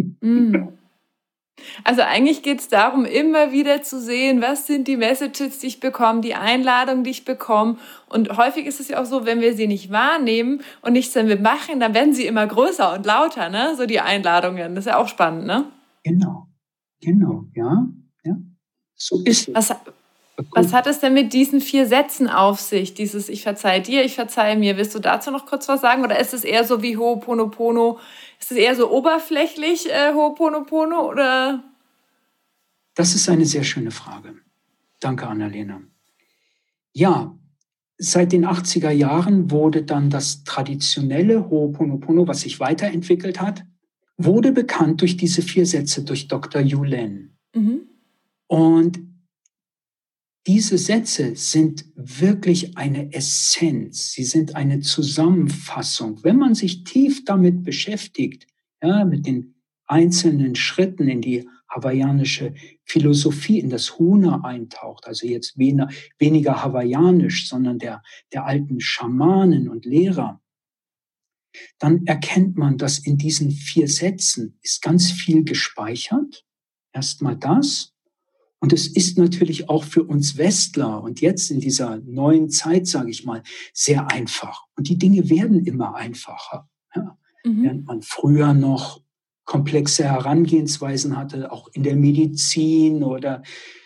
Also eigentlich geht es darum, immer wieder zu sehen, was sind die Messages, die ich bekomme, die Einladungen, die ich bekomme. Und häufig ist es ja auch so, wenn wir sie nicht wahrnehmen und nichts damit machen, dann werden sie immer größer und lauter, ne? So die Einladungen. Das ist ja auch spannend, ne? Genau, ja. So ist es. Was hat es denn mit diesen 4 Sätzen auf sich? Dieses Ich verzeihe dir, ich verzeihe mir. Willst du dazu noch kurz was sagen? Oder ist es eher so wie Ho'oponopono? Ist es eher so oberflächlich, Ho'oponopono? Oder? Das ist eine sehr schöne Frage. Danke, Annalena. Ja, seit den 80er Jahren wurde dann das traditionelle Ho'oponopono, was sich weiterentwickelt hat, wurde bekannt durch diese 4 Sätze, durch Dr. Yulin. Und diese Sätze sind wirklich eine Essenz, sie sind eine Zusammenfassung. Wenn man sich tief damit beschäftigt, ja, mit den einzelnen Schritten in die hawaiianische Philosophie, in das Huna eintaucht, also jetzt weniger hawaiianisch, sondern der alten Schamanen und Lehrer, dann erkennt man, dass in diesen 4 Sätzen ist ganz viel gespeichert. Erstmal das. Und es ist natürlich auch für uns Westler und jetzt in dieser neuen Zeit, sage ich mal, sehr einfach. Und die Dinge werden immer einfacher. Ja. Während man früher noch komplexe Herangehensweisen hatte, auch in der Medizin oder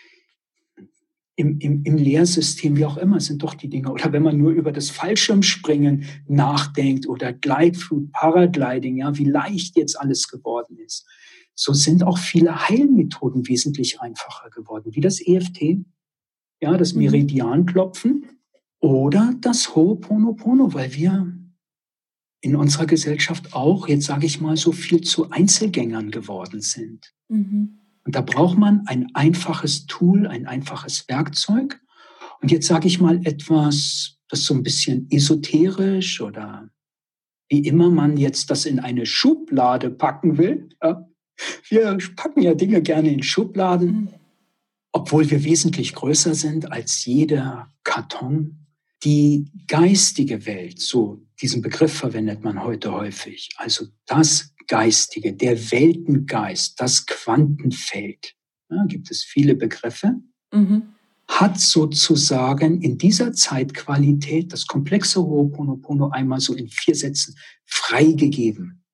im Lehrsystem, wie auch immer, sind doch die Dinge. Oder wenn man nur über das Fallschirmspringen nachdenkt oder Gleitflug, Paragliding, ja, wie leicht jetzt alles geworden ist. So sind auch viele Heilmethoden wesentlich einfacher geworden, wie das EFT, ja, das Meridianklopfen oder das Ho'oponopono, weil wir in unserer Gesellschaft auch, jetzt sage ich mal, so viel zu Einzelgängern geworden sind. Und da braucht man ein einfaches Tool, ein einfaches Werkzeug. Und jetzt sage ich mal etwas, das so ein bisschen esoterisch oder wie immer man jetzt das in eine Schublade packen will, ja. Wir packen ja Dinge gerne in Schubladen, obwohl wir wesentlich größer sind als jeder Karton. Die geistige Welt, so diesen Begriff verwendet man heute häufig, also das Geistige, der Weltengeist, das Quantenfeld, ja, gibt es viele Begriffe, hat sozusagen in dieser Zeitqualität das komplexe Ho'oponopono einmal so in 4 Sätzen freigegeben.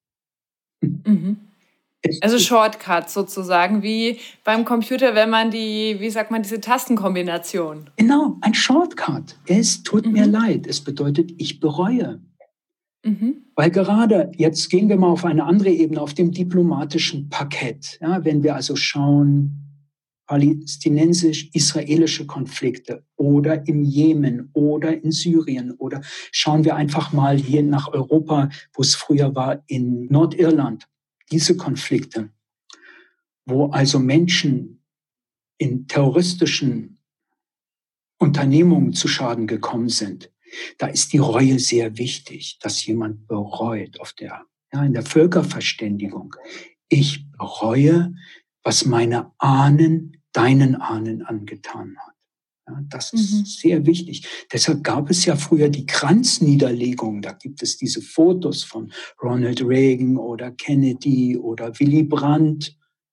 Also Shortcuts sozusagen, wie beim Computer, wenn man diese Tastenkombination. Genau, ein Shortcut. Es tut mir leid. Es bedeutet, ich bereue. Weil gerade, jetzt gehen wir mal auf eine andere Ebene, auf dem diplomatischen Parkett. Ja, wenn wir also schauen, palästinensisch-israelische Konflikte oder im Jemen oder in Syrien oder schauen wir einfach mal hier nach Europa, wo es früher war, in Nordirland. Diese Konflikte, wo also Menschen in terroristischen Unternehmungen zu Schaden gekommen sind, da ist die Reue sehr wichtig, dass jemand bereut in der Völkerverständigung. Ich bereue, was meine Ahnen deinen Ahnen angetan hat. Ja, das ist sehr wichtig. Deshalb gab es ja früher die Kranzniederlegung. Da gibt es diese Fotos von Ronald Reagan oder Kennedy oder Willy Brandt.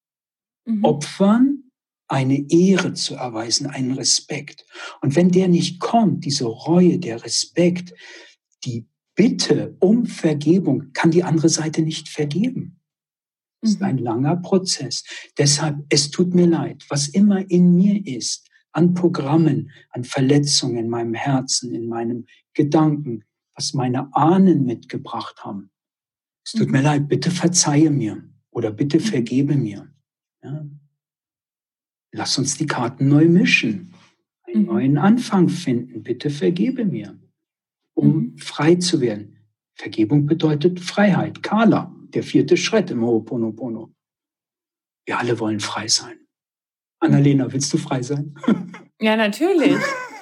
Opfern, eine Ehre zu erweisen, einen Respekt. Und wenn der nicht kommt, diese Reue, der Respekt, die Bitte um Vergebung, kann die andere Seite nicht vergeben. Das ist ein langer Prozess. Deshalb, es tut mir leid, was immer in mir ist, an Programmen, an Verletzungen in meinem Herzen, in meinem Gedanken, was meine Ahnen mitgebracht haben. Es tut mir leid, bitte verzeihe mir oder bitte vergebe mir. Ja. Lass uns die Karten neu mischen, einen neuen Anfang finden. Bitte vergebe mir, um frei zu werden. Vergebung bedeutet Freiheit. Kala, der 4. Schritt im Ho'oponopono. Wir alle wollen frei sein. Annalena, willst du frei sein? Ja, natürlich.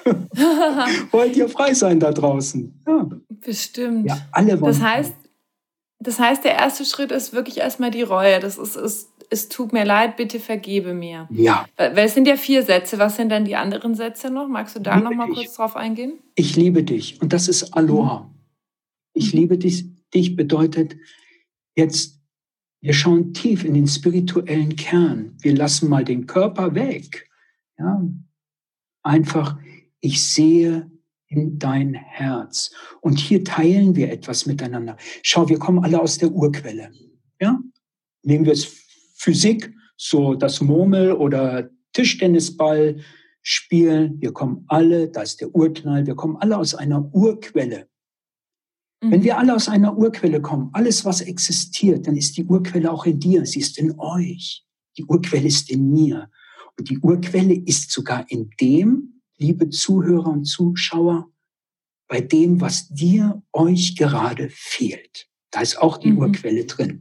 Wollt ihr frei sein da draußen? Ja. Bestimmt. Ja, alle wollen das heißt, der erste Schritt ist wirklich erstmal die Reue. Das ist, es tut mir leid, bitte vergebe mir. Ja. Weil es sind ja 4 Sätze. Was sind dann die anderen Sätze noch? Magst du da noch mal kurz drauf eingehen? Ich liebe dich. Und das ist Aloha. Ich liebe dich. Dich bedeutet jetzt, wir schauen tief in den spirituellen Kern. Wir lassen mal den Körper weg. Ja. Einfach, ich sehe in dein Herz. Und hier teilen wir etwas miteinander. Schau, wir kommen alle aus der Urquelle. Ja? Nehmen wir es Physik, so das Murmel oder Tischtennisball spielen. Wir kommen alle, da ist der Urknall, wir kommen alle aus einer Urquelle. Wenn wir alle aus einer Urquelle kommen, alles, was existiert, dann ist die Urquelle auch in dir. Sie ist in euch. Die Urquelle ist in mir. Und die Urquelle ist sogar in dem, liebe Zuhörer und Zuschauer, bei dem, was euch gerade fehlt. Da ist auch die Urquelle drin.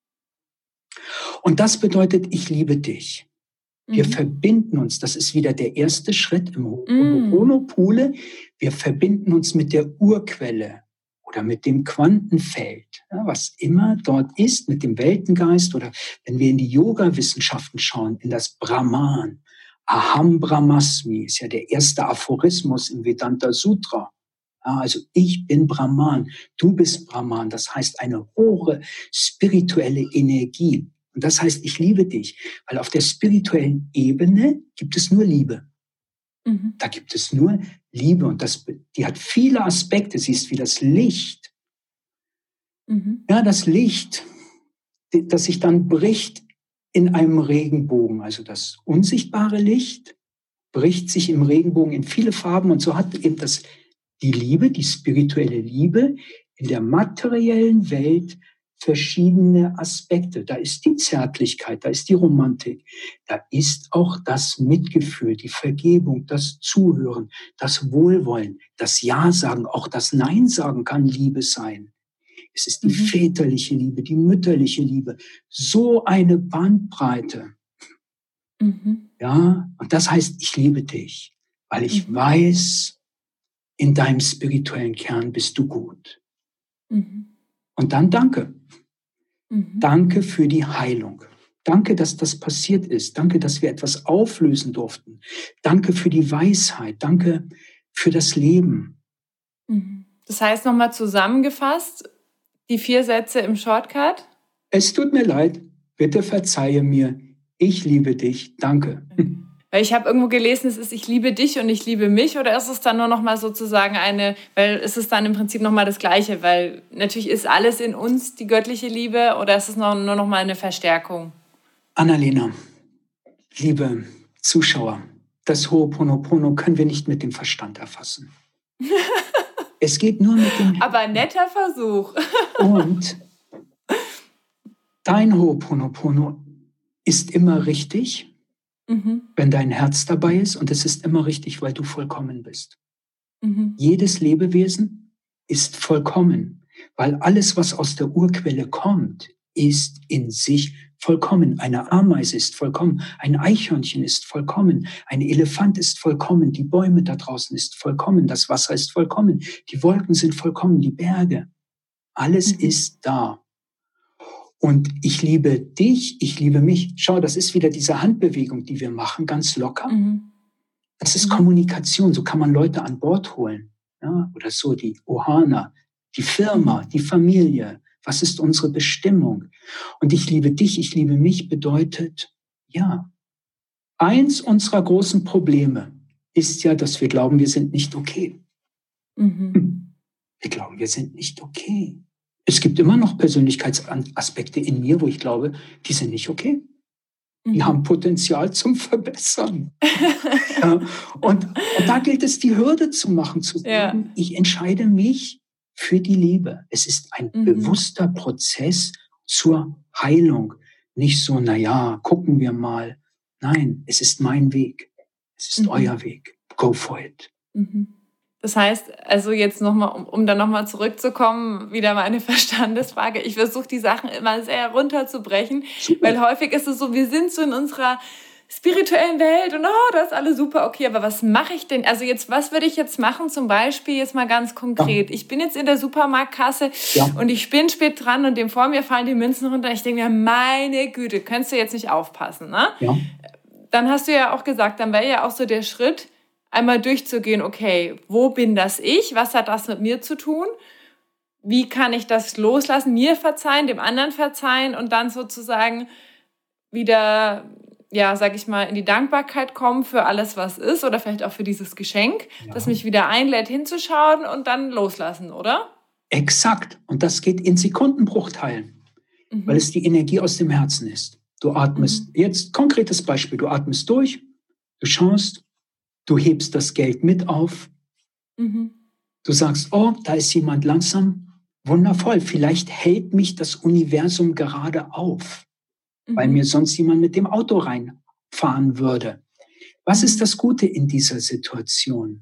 Und das bedeutet, ich liebe dich. Wir verbinden uns, das ist wieder der erste Schritt im Ho'oponopono. Wir verbinden uns mit der Urquelle oder mit dem Quantenfeld, ja, was immer dort ist, mit dem Weltengeist oder wenn wir in die Yoga-Wissenschaften schauen, in das Brahman. Aham Brahmasmi ist ja der erste Aphorismus im Vedanta Sutra. Ja, also ich bin Brahman, du bist Brahman. Das heißt eine hohe spirituelle Energie. Und das heißt, ich liebe dich, weil auf der spirituellen Ebene gibt es nur Liebe. Da gibt es nur Liebe und die hat viele Aspekte. Sie ist wie das Licht. Ja, das Licht, das sich dann bricht in einem Regenbogen. Also das unsichtbare Licht bricht sich im Regenbogen in viele Farben und so hat eben die Liebe, die spirituelle Liebe in der materiellen Welt verschiedene Aspekte. Da ist die Zärtlichkeit, da ist die Romantik, da ist auch das Mitgefühl, die Vergebung, das Zuhören, das Wohlwollen, das Ja sagen, auch das Nein sagen kann Liebe sein. Es ist die väterliche Liebe, die mütterliche Liebe, so eine Bandbreite. Ja, und das heißt, ich liebe dich, weil ich weiß, in deinem spirituellen Kern bist du gut. Und dann danke. Danke für die Heilung. Danke, dass das passiert ist. Danke, dass wir etwas auflösen durften. Danke für die Weisheit. Danke für das Leben. Das heißt nochmal zusammengefasst, die 4 Sätze im Shortcut. Es tut mir leid. Bitte verzeihe mir. Ich liebe dich. Danke. Weil ich habe irgendwo gelesen, es ist ich liebe dich und ich liebe mich, oder ist es dann nur noch mal sozusagen weil es ist dann im Prinzip noch mal das Gleiche, weil natürlich ist alles in uns die göttliche Liebe, oder ist es nur noch mal eine Verstärkung? Annalena, liebe Zuschauer, das Ho'oponopono können wir nicht mit dem Verstand erfassen. Es geht nur mit dem... Aber netter Versuch. Und dein Ho'oponopono ist immer richtig. wenn dein Herz dabei ist, und es ist immer richtig, weil du vollkommen bist. Mhm. Jedes Lebewesen ist vollkommen, weil alles, was aus der Urquelle kommt, ist in sich vollkommen. Eine Ameise ist vollkommen, ein Eichhörnchen ist vollkommen, ein Elefant ist vollkommen, die Bäume da draußen ist vollkommen, das Wasser ist vollkommen, die Wolken sind vollkommen, die Berge. Alles ist da. Und ich liebe dich, ich liebe mich. Schau, das ist wieder diese Handbewegung, die wir machen, ganz locker. Das ist Kommunikation, so kann man Leute an Bord holen. Ja? Oder so, die Ohana, die Firma, die Familie. Was ist unsere Bestimmung? Und ich liebe dich, ich liebe mich bedeutet, ja, eins unserer großen Probleme ist ja, dass wir glauben, wir sind nicht okay. Wir glauben, wir sind nicht okay. Es gibt immer noch Persönlichkeitsaspekte in mir, wo ich glaube, die sind nicht okay. Die haben Potenzial zum Verbessern. Ja, und da gilt es, die Hürde zu machen, zu sagen, ich entscheide mich für die Liebe. Es ist ein bewusster Prozess zur Heilung. Nicht so, gucken wir mal. Nein, es ist mein Weg. Es ist euer Weg. Go for it. Das heißt, also jetzt nochmal, um dann nochmal zurückzukommen, wieder meine Verstandesfrage. Ich versuche die Sachen immer sehr runterzubrechen, weil häufig ist es so, wir sind so in unserer spirituellen Welt und das ist alles super, okay, aber was mache ich denn? Also jetzt, was würde ich jetzt machen, zum Beispiel jetzt mal ganz konkret. Ich bin jetzt in der Supermarktkasse und ich bin spät dran und dem vor mir fallen die Münzen runter. Ich denke mir, meine Güte, könntest du jetzt nicht aufpassen, ne? Ja. Dann hast du ja auch gesagt, dann wäre ja auch so der Schritt, einmal durchzugehen, okay, wo bin das ich? Was hat das mit mir zu tun? Wie kann ich das loslassen, mir verzeihen, dem anderen verzeihen und dann sozusagen wieder, sag ich mal, in die Dankbarkeit kommen für alles, was ist oder vielleicht auch für dieses Geschenk, das mich wieder einlädt, hinzuschauen und dann loslassen, oder? Exakt. Und das geht in Sekundenbruchteilen, weil es die Energie aus dem Herzen ist. Du atmest, jetzt konkretes Beispiel, du atmest durch, du schaust, du hebst das Geld mit auf. Du sagst, da ist jemand langsam. Wundervoll. Vielleicht hält mich das Universum gerade auf, weil mir sonst jemand mit dem Auto reinfahren würde. Was ist das Gute in dieser Situation?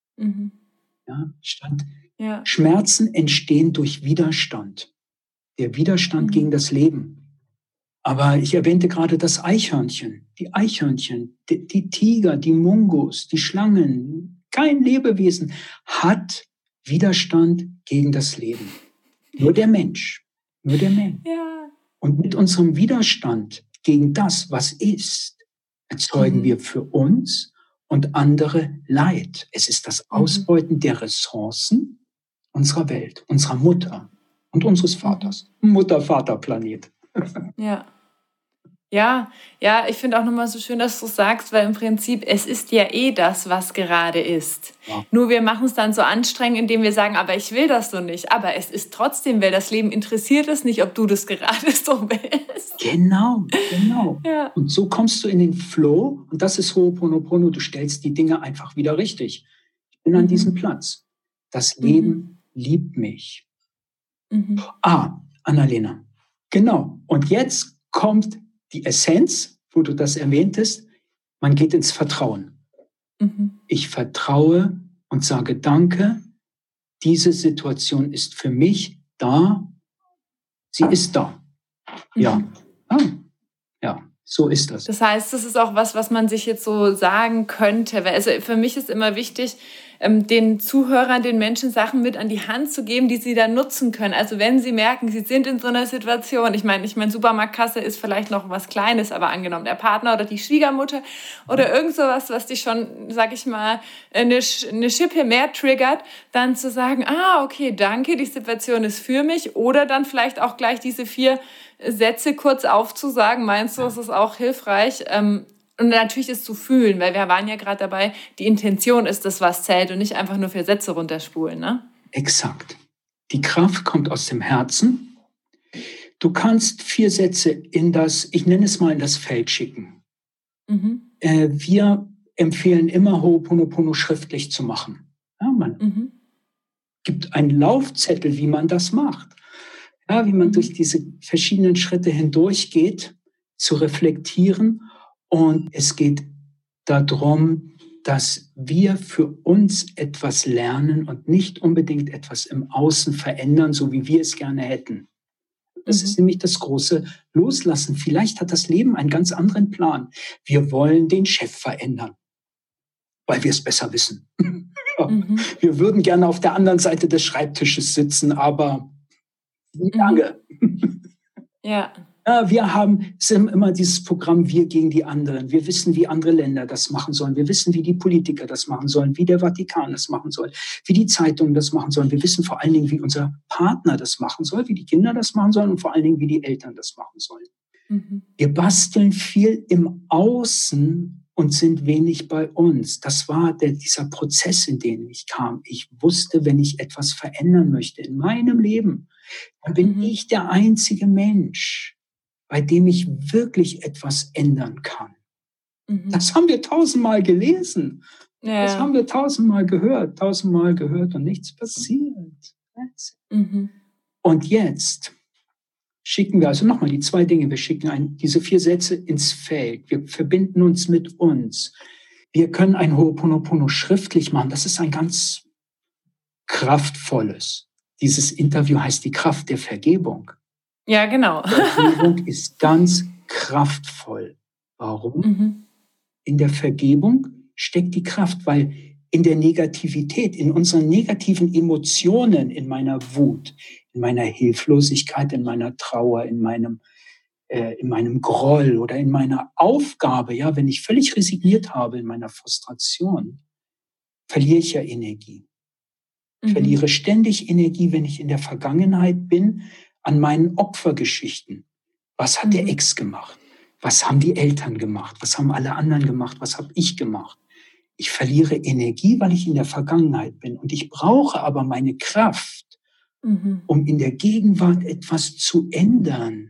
Schmerzen entstehen durch Widerstand. Der Widerstand gegen das Leben. Aber ich erwähnte gerade das Eichhörnchen, die Tiger, die Mungos, die Schlangen. Kein Lebewesen hat Widerstand gegen das Leben. Nur der Mensch. Ja. Und mit unserem Widerstand gegen das, was ist, erzeugen wir für uns und andere Leid. Es ist das Ausbeuten der Ressourcen unserer Welt, unserer Mutter und unseres Vaters. Mutter-Vater-Planet. Ja, ich finde auch nochmal so schön, dass du sagst, weil im Prinzip, es ist ja das, was gerade ist. Ja. Nur wir machen es dann so anstrengend, indem wir sagen, aber ich will das so nicht. Aber es ist trotzdem, weil das Leben interessiert es nicht, ob du das gerade so willst. Genau. Ja. Und so kommst du in den Flow und das ist Ho'oponopono, du stellst die Dinge einfach wieder richtig. Ich bin an diesem Platz. Das Leben liebt mich. Annalena, genau. Und jetzt kommt die Essenz, wo du das erwähntest, man geht ins Vertrauen. Ich vertraue und sage Danke, diese Situation ist für mich da, sie ist da. Ja, so ist das. Das heißt, das ist auch was man sich jetzt so sagen könnte. Also für mich ist immer wichtig, den Zuhörern, den Menschen Sachen mit an die Hand zu geben, die sie dann nutzen können. Also wenn sie merken, sie sind in so einer Situation, ich meine, Supermarktkasse ist vielleicht noch was Kleines, aber angenommen, der Partner oder die Schwiegermutter oder irgend sowas, was dich schon, sag ich mal, eine Schippe mehr triggert, dann zu sagen, okay, danke, die Situation ist für mich, oder dann vielleicht auch gleich diese 4 Sätze kurz aufzusagen. Meinst du, es ist auch hilfreich? Und natürlich ist zu fühlen, weil wir waren ja gerade dabei, die Intention ist das, was zählt und nicht einfach nur 4 Sätze runterspulen, ne? Exakt. Die Kraft kommt aus dem Herzen. Du kannst 4 Sätze ich nenne es mal in das Feld schicken. Wir empfehlen immer Ho'oponopono schriftlich zu machen. Ja, man gibt einen Laufzettel, wie man das macht. Ja, wie man durch diese verschiedenen Schritte hindurchgeht, zu reflektieren Und es geht darum, dass wir für uns etwas lernen und nicht unbedingt etwas im Außen verändern, so wie wir es gerne hätten. Das ist nämlich das große Loslassen. Vielleicht hat das Leben einen ganz anderen Plan. Wir wollen den Chef verändern, weil wir es besser wissen. Wir würden gerne auf der anderen Seite des Schreibtisches sitzen, aber wie lange? Ja. Ja, wir haben immer dieses Programm Wir gegen die anderen. Wir wissen, wie andere Länder das machen sollen. Wir wissen, wie die Politiker das machen sollen, wie der Vatikan das machen soll, wie die Zeitungen das machen sollen. Wir wissen vor allen Dingen, wie unser Partner das machen soll, wie die Kinder das machen sollen und vor allen Dingen, wie die Eltern das machen sollen. Wir basteln viel im Außen und sind wenig bei uns. Das war dieser Prozess, in den ich kam. Ich wusste, wenn ich etwas verändern möchte in meinem Leben, dann bin ich der einzige Mensch, bei dem ich wirklich etwas ändern kann. Das haben wir 1000-mal gelesen. Ja. Das haben wir 1000-mal gehört und nichts passiert. Und jetzt schicken wir also nochmal die 2 Dinge. Wir schicken diese 4 Sätze ins Feld. Wir verbinden uns mit uns. Wir können ein Ho'oponopono schriftlich machen. Das ist ein ganz kraftvolles. Dieses Interview heißt die Kraft der Vergebung. Ja, genau. Vergebung ist ganz kraftvoll. Warum? In der Vergebung steckt die Kraft, weil in der Negativität, in unseren negativen Emotionen, in meiner Wut, in meiner Hilflosigkeit, in meiner Trauer, in meinem Groll oder in meiner Aufgabe, ja, wenn ich völlig resigniert habe in meiner Frustration, verliere ich ja Energie. Ich verliere ständig Energie, wenn ich in der Vergangenheit bin, an meinen Opfergeschichten. Was hat der Ex gemacht? Was haben die Eltern gemacht? Was haben alle anderen gemacht? Was habe ich gemacht? Ich verliere Energie, weil ich in der Vergangenheit bin. Und ich brauche aber meine Kraft, um in der Gegenwart etwas zu ändern.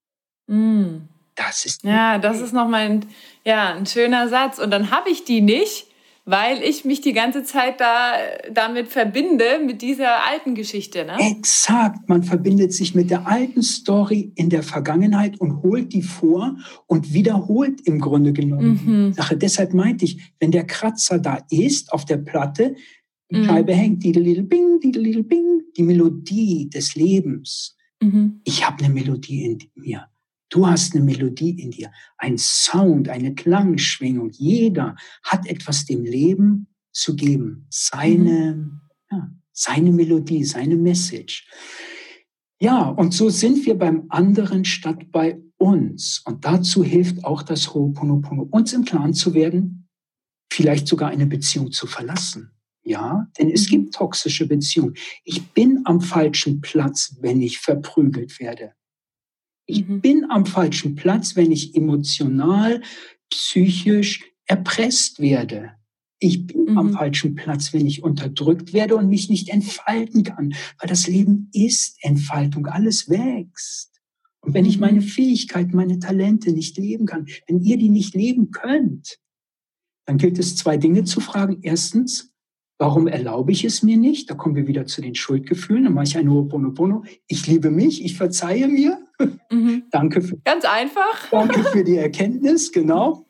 Das ist nochmal ein schöner Satz. Und dann habe ich die nicht, weil ich mich die ganze Zeit damit verbinde, mit dieser alten Geschichte. Ne? Exakt, man verbindet sich mit der alten Story in der Vergangenheit und holt die vor und wiederholt im Grunde genommen die Sache. Deshalb meinte ich, wenn der Kratzer da ist, auf der Platte, die Scheibe hängt, bing, bing, die Melodie des Lebens. Ich habe eine Melodie in mir. Du hast eine Melodie in dir, ein Sound, eine Klangschwingung. Jeder hat etwas dem Leben zu geben. Seine Melodie, seine Message. Ja, und so sind wir beim anderen statt bei uns. Und dazu hilft auch das Ho'oponopono, uns im Klaren zu werden, vielleicht sogar eine Beziehung zu verlassen. Ja, denn es gibt toxische Beziehungen. Ich bin am falschen Platz, wenn ich verprügelt werde. Ich bin am falschen Platz, wenn ich emotional, psychisch erpresst werde. Ich bin am falschen Platz, wenn ich unterdrückt werde und mich nicht entfalten kann. Weil das Leben ist Entfaltung, alles wächst. Und wenn ich meine Fähigkeiten, meine Talente nicht leben kann, wenn ihr die nicht leben könnt, dann gilt es 2 Dinge zu fragen. Erstens, warum erlaube ich es mir nicht? Da kommen wir wieder zu den Schuldgefühlen. Dann mache ich ein Ho'oponopono. Ich liebe mich, ich verzeihe mir. Danke. Ganz einfach. Danke für die Erkenntnis, genau.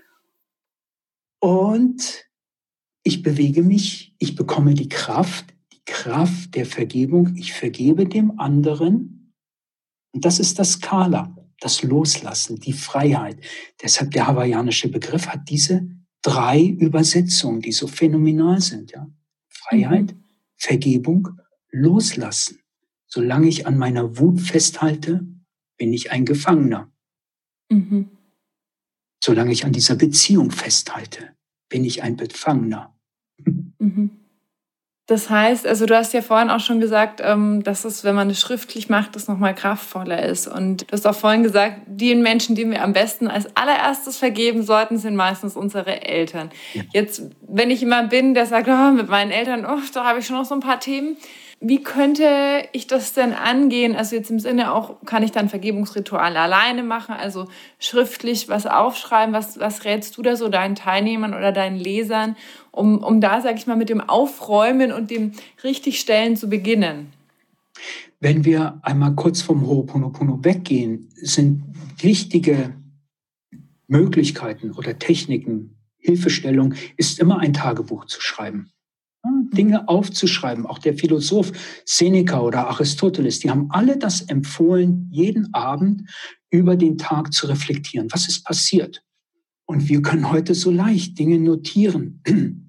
Und ich bewege mich, ich bekomme die Kraft der Vergebung. Ich vergebe dem anderen. Und das ist das Skala, das Loslassen, die Freiheit. Deshalb der hawaiianische Begriff hat diese 3 Übersetzungen, die so phänomenal sind. Ja? Freiheit, Vergebung, Loslassen. Solange ich an meiner Wut festhalte, bin ich ein Gefangener. Solange ich an dieser Beziehung festhalte, bin ich ein Befangener. Das heißt, also du hast ja vorhin auch schon gesagt, dass es, wenn man es schriftlich macht, das nochmal kraftvoller ist. Und du hast auch vorhin gesagt, die Menschen, die wir am besten als allererstes vergeben sollten, sind meistens unsere Eltern. Ja. Jetzt, wenn ich jemand bin, der sagt, mit meinen Eltern, da habe ich schon noch so ein paar Themen. Wie könnte ich das denn angehen? Also jetzt im Sinne auch, kann ich dann Vergebungsrituale alleine machen, also schriftlich was aufschreiben? Was rätst du da so deinen Teilnehmern oder deinen Lesern, um da, sag ich mal, mit dem Aufräumen und dem Richtigstellen zu beginnen? Wenn wir einmal kurz vom Ho'oponopono weggehen, sind wichtige Möglichkeiten oder Techniken, Hilfestellung ist immer ein Tagebuch zu schreiben. Ja, Dinge aufzuschreiben. Auch der Philosoph Seneca oder Aristoteles, die haben alle das empfohlen, jeden Abend über den Tag zu reflektieren. Was ist passiert? Und wir können heute so leicht Dinge notieren.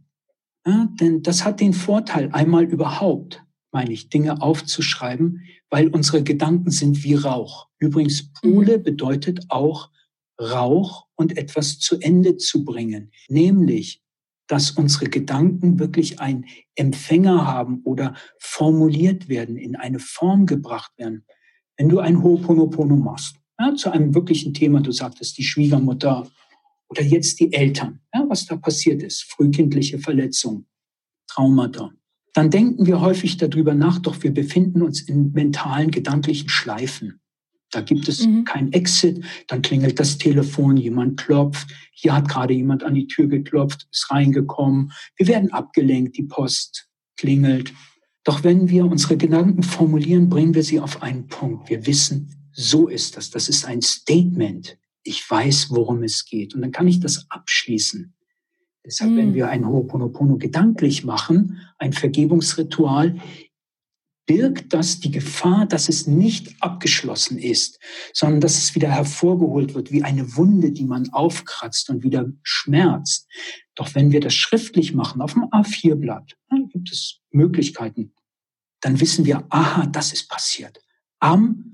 Ja, denn das hat den Vorteil, einmal überhaupt, meine ich, Dinge aufzuschreiben, weil unsere Gedanken sind wie Rauch. Übrigens, Pule bedeutet auch Rauch und etwas zu Ende zu bringen. Nämlich, dass unsere Gedanken wirklich einen Empfänger haben oder formuliert werden, in eine Form gebracht werden. Wenn du ein Ho'oponopono machst, ja, zu einem wirklichen Thema, du sagtest die Schwiegermutter oder jetzt die Eltern, ja, was da passiert ist, frühkindliche Verletzungen, Traumata, dann denken wir häufig darüber nach, doch wir befinden uns in mentalen, gedanklichen Schleifen. Da gibt es kein Exit, dann klingelt das Telefon, jemand klopft, hier hat gerade jemand an die Tür geklopft, ist reingekommen, wir werden abgelenkt, die Post klingelt. Doch wenn wir unsere Gedanken formulieren, bringen wir sie auf einen Punkt. Wir wissen, so ist das. Das ist ein Statement. Ich weiß, worum es geht. Und dann kann ich das abschließen. Deshalb, wenn wir ein Ho'oponopono gedanklich machen, ein Vergebungsritual, birgt das die Gefahr, dass es nicht abgeschlossen ist, sondern dass es wieder hervorgeholt wird, wie eine Wunde, die man aufkratzt und wieder schmerzt. Doch wenn wir das schriftlich machen, auf dem A4-Blatt, dann gibt es Möglichkeiten, dann wissen wir, aha, das ist passiert. Am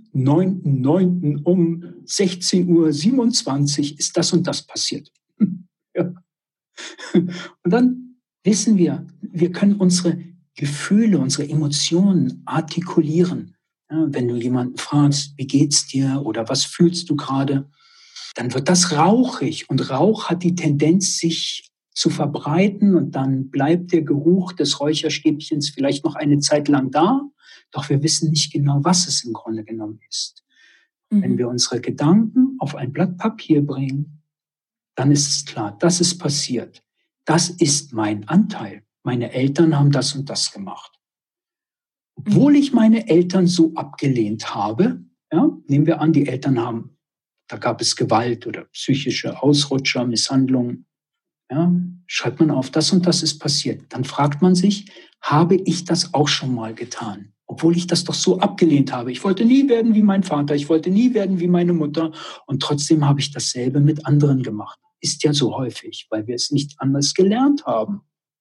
9.9. um 16.27 Uhr ist das und das passiert. Ja. Und dann wissen wir, wir können unsere Gefühle, unsere Emotionen artikulieren. Ja, wenn du jemanden fragst, wie geht's dir oder was fühlst du gerade, dann wird das rauchig. Und Rauch hat die Tendenz, sich zu verbreiten und dann bleibt der Geruch des Räucherstäbchens vielleicht noch eine Zeit lang da, doch wir wissen nicht genau, was es im Grunde genommen ist. Wenn wir unsere Gedanken auf ein Blatt Papier bringen, dann ist es klar, das ist passiert. Das ist mein Anteil. Meine Eltern haben das und das gemacht. Obwohl ich meine Eltern so abgelehnt habe, ja, nehmen wir an, die Eltern haben, da gab es Gewalt oder psychische Ausrutscher, Misshandlungen. Ja, schreibt man auf, das und das ist passiert. Dann fragt man sich, habe ich das auch schon mal getan? Obwohl ich das doch so abgelehnt habe. Ich wollte nie werden wie mein Vater, ich wollte nie werden wie meine Mutter und trotzdem habe ich dasselbe mit anderen gemacht. Ist ja so häufig, weil wir es nicht anders gelernt haben.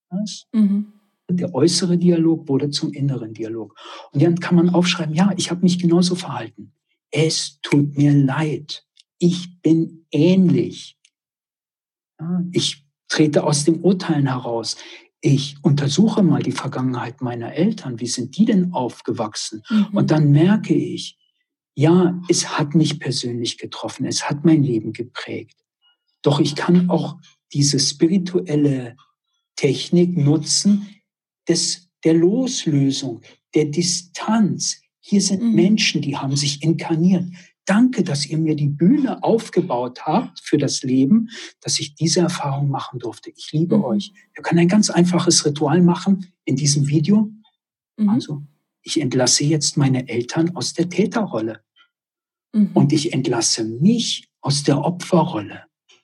Der äußere Dialog wurde zum inneren Dialog. Und dann kann man aufschreiben, ja, ich habe mich genauso verhalten. Es tut mir leid. Ich bin ähnlich. Ja, ich trete aus dem Urteilen heraus. Ich untersuche mal die Vergangenheit meiner Eltern. Wie sind die denn aufgewachsen? Und dann merke ich, ja, es hat mich persönlich getroffen. Es hat mein Leben geprägt. Doch ich kann auch diese spirituelle Technik nutzen, der Loslösung, der Distanz. Hier sind Menschen, die haben sich inkarniert. Danke, dass ihr mir die Bühne aufgebaut habt für das Leben, dass ich diese Erfahrung machen durfte. Ich liebe euch. Wir können ein ganz einfaches Ritual machen in diesem Video. Also, ich entlasse jetzt meine Eltern aus der Täterrolle. Und ich entlasse mich aus der Opferrolle.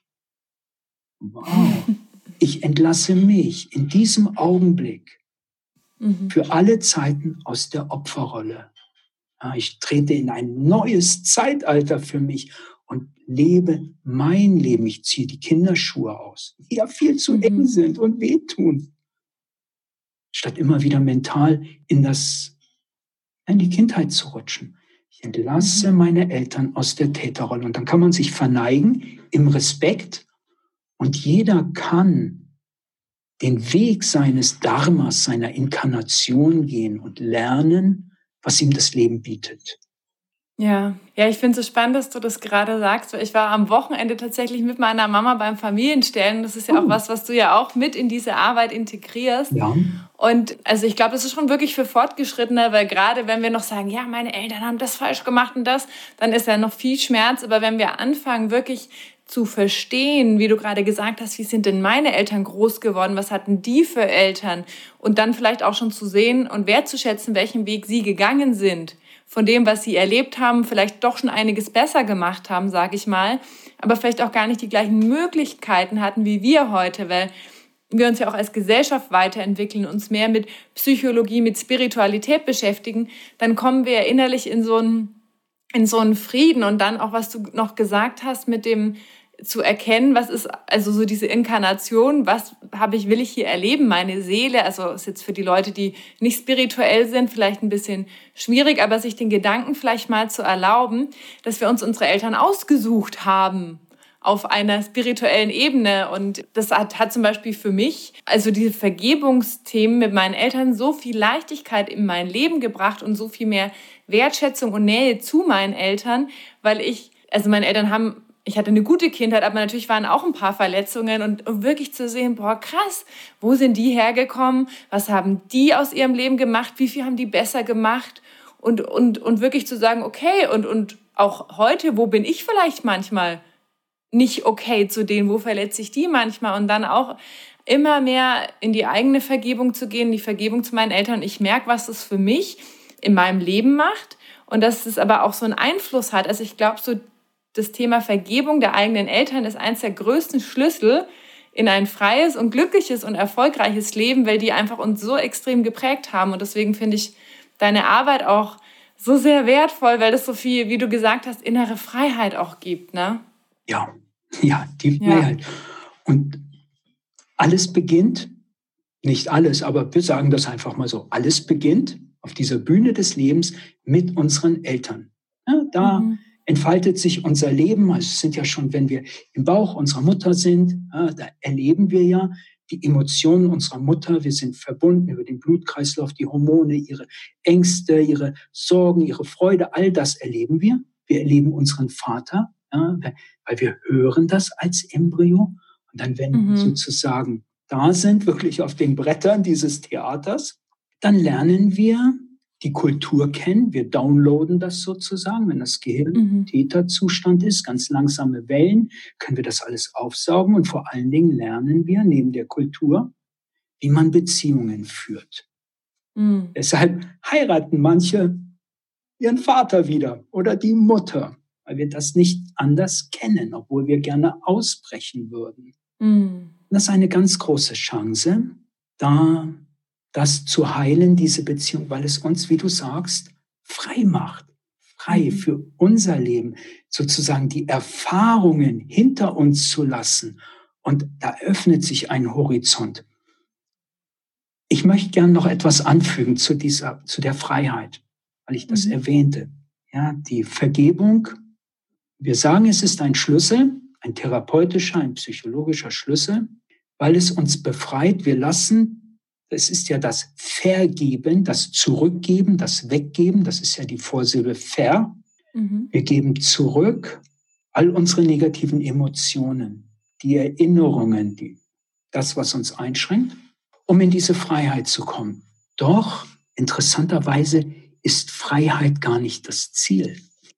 Wow. Ich entlasse mich in diesem Augenblick für alle Zeiten aus der Opferrolle. Ich trete in ein neues Zeitalter für mich und lebe mein Leben. Ich ziehe die Kinderschuhe aus, die ja viel zu eng sind und wehtun. Statt immer wieder mental in die Kindheit zu rutschen. Ich entlasse meine Eltern aus der Täterrolle. Und dann kann man sich verneigen im Respekt. Und jeder kann den Weg seines Dharmas, seiner Inkarnation gehen und lernen, was ihm das Leben bietet. Ja, ich finde es so spannend, dass du das gerade sagst. Ich war am Wochenende tatsächlich mit meiner Mama beim Familienstellen. Das ist ja auch was du ja auch mit in diese Arbeit integrierst. Ja. Und also ich glaube, das ist schon wirklich für Fortgeschrittene, weil gerade wenn wir noch sagen, ja, meine Eltern haben das falsch gemacht und das, dann ist ja noch viel Schmerz. Aber wenn wir anfangen, wirklich zu verstehen, wie du gerade gesagt hast, wie sind denn meine Eltern groß geworden, was hatten die für Eltern und dann vielleicht auch schon zu sehen und wertzuschätzen, welchen Weg sie gegangen sind, von dem, was sie erlebt haben, vielleicht doch schon einiges besser gemacht haben, sage ich mal, aber vielleicht auch gar nicht die gleichen Möglichkeiten hatten wie wir heute, weil wir uns ja auch als Gesellschaft weiterentwickeln, uns mehr mit Psychologie, mit Spiritualität beschäftigen, dann kommen wir ja innerlich in so einen Frieden. Und dann auch, was du noch gesagt hast, mit dem zu erkennen, was ist also so diese Inkarnation, will ich hier erleben, meine Seele, also ist jetzt für die Leute, die nicht spirituell sind, vielleicht ein bisschen schwierig, aber sich den Gedanken vielleicht mal zu erlauben, dass wir uns unsere Eltern ausgesucht haben auf einer spirituellen Ebene. Und das hat zum Beispiel für mich, also diese Vergebungsthemen mit meinen Eltern, so viel Leichtigkeit in mein Leben gebracht und so viel mehr Wertschätzung und Nähe zu meinen Eltern, weil meine Eltern ich hatte eine gute Kindheit, aber natürlich waren auch ein paar Verletzungen und wirklich zu sehen, boah, krass, wo sind die hergekommen? Was haben die aus ihrem Leben gemacht? Wie viel haben die besser gemacht? Und wirklich zu sagen, okay, und auch heute, wo bin ich vielleicht manchmal nicht okay zu denen, wo verletze ich die manchmal? Und dann auch immer mehr in die eigene Vergebung zu gehen, die Vergebung zu meinen Eltern. Und ich merke, was das für mich in meinem Leben macht und dass es aber auch so einen Einfluss hat. Also ich glaube, so das Thema Vergebung der eigenen Eltern ist eines der größten Schlüssel in ein freies und glückliches und erfolgreiches Leben, weil die einfach uns so extrem geprägt haben. Und deswegen finde ich deine Arbeit auch so sehr wertvoll, weil das so viel, wie du gesagt hast, innere Freiheit auch gibt, ne? Ja, die Freiheit. Und alles beginnt, nicht alles, aber wir sagen das einfach mal so, alles beginnt auf dieser Bühne des Lebens mit unseren Eltern. Ja, da entfaltet sich unser Leben. Also es sind ja schon, wenn wir im Bauch unserer Mutter sind, da erleben wir ja die Emotionen unserer Mutter. Wir sind verbunden über den Blutkreislauf, die Hormone, ihre Ängste, ihre Sorgen, ihre Freude, all das erleben wir. Wir erleben unseren Vater, weil wir hören das als Embryo. Und dann, wenn wir sozusagen da sind, wirklich auf den Brettern dieses Theaters, dann lernen wir die Kultur kennen. Wir downloaden das sozusagen, wenn das Gehirn im Täterzustand ist, ganz langsame Wellen, können wir das alles aufsaugen. Und vor allen Dingen lernen wir neben der Kultur, wie man Beziehungen führt. Deshalb heiraten manche ihren Vater wieder oder die Mutter, weil wir das nicht anders kennen, obwohl wir gerne ausbrechen würden. Das ist eine ganz große Chance, da das zu heilen, diese Beziehung, weil es uns, wie du sagst, frei macht. Frei für unser Leben, sozusagen die Erfahrungen hinter uns zu lassen. Und da öffnet sich ein Horizont. Ich möchte gerne noch etwas anfügen zu der Freiheit, weil ich das erwähnte. Ja, die Vergebung, wir sagen, es ist ein Schlüssel, ein therapeutischer, ein psychologischer Schlüssel, weil es uns befreit. Es ist ja das Vergeben, das Zurückgeben, das Weggeben, das ist ja die Vorsilbe ver. Wir geben zurück all unsere negativen Emotionen, die Erinnerungen, das, was uns einschränkt, um in diese Freiheit zu kommen. Doch, interessanterweise, ist Freiheit gar nicht das Ziel.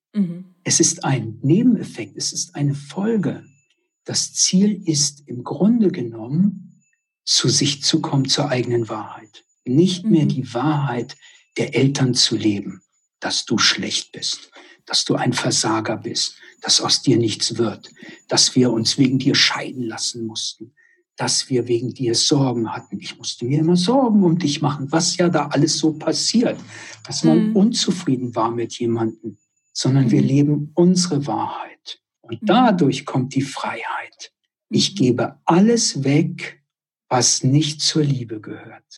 Es ist ein Nebeneffekt, es ist eine Folge. Das Ziel ist im Grunde genommen, zu sich zu kommen, zur eigenen Wahrheit. Nicht mehr die Wahrheit der Eltern zu leben, dass du schlecht bist, dass du ein Versager bist, dass aus dir nichts wird, dass wir uns wegen dir scheiden lassen mussten, dass wir wegen dir Sorgen hatten. Ich musste mir immer Sorgen um dich machen, was ja da alles so passiert, dass man unzufrieden war mit jemandem, sondern wir leben unsere Wahrheit. Und dadurch kommt die Freiheit. Ich gebe alles weg, was nicht zur Liebe gehört.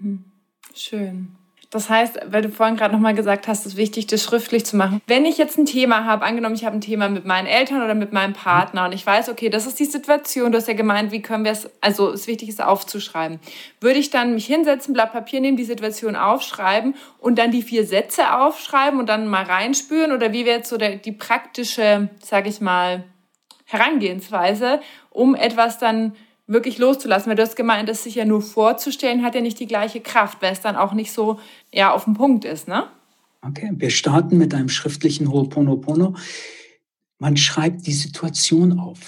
Schön. Das heißt, weil du vorhin gerade nochmal gesagt hast, es ist wichtig, das schriftlich zu machen. Wenn ich jetzt ein Thema habe, angenommen, ich habe ein Thema mit meinen Eltern oder mit meinem Partner und ich weiß, okay, das ist die Situation, du hast ja gemeint, wie können wir es, also es wichtig ist aufzuschreiben. Würde ich dann mich hinsetzen, Blatt Papier nehmen, die Situation aufschreiben und dann die 4 Sätze aufschreiben und dann mal reinspüren? Oder wie wäre jetzt so die praktische, sage ich mal, Herangehensweise, um etwas dann wirklich loszulassen, weil du hast gemeint, das sich ja nur vorzustellen, hat ja nicht die gleiche Kraft, weil es dann auch nicht so auf den Punkt ist, ne? Okay, wir starten mit einem schriftlichen Ho'oponopono. Man schreibt die Situation auf.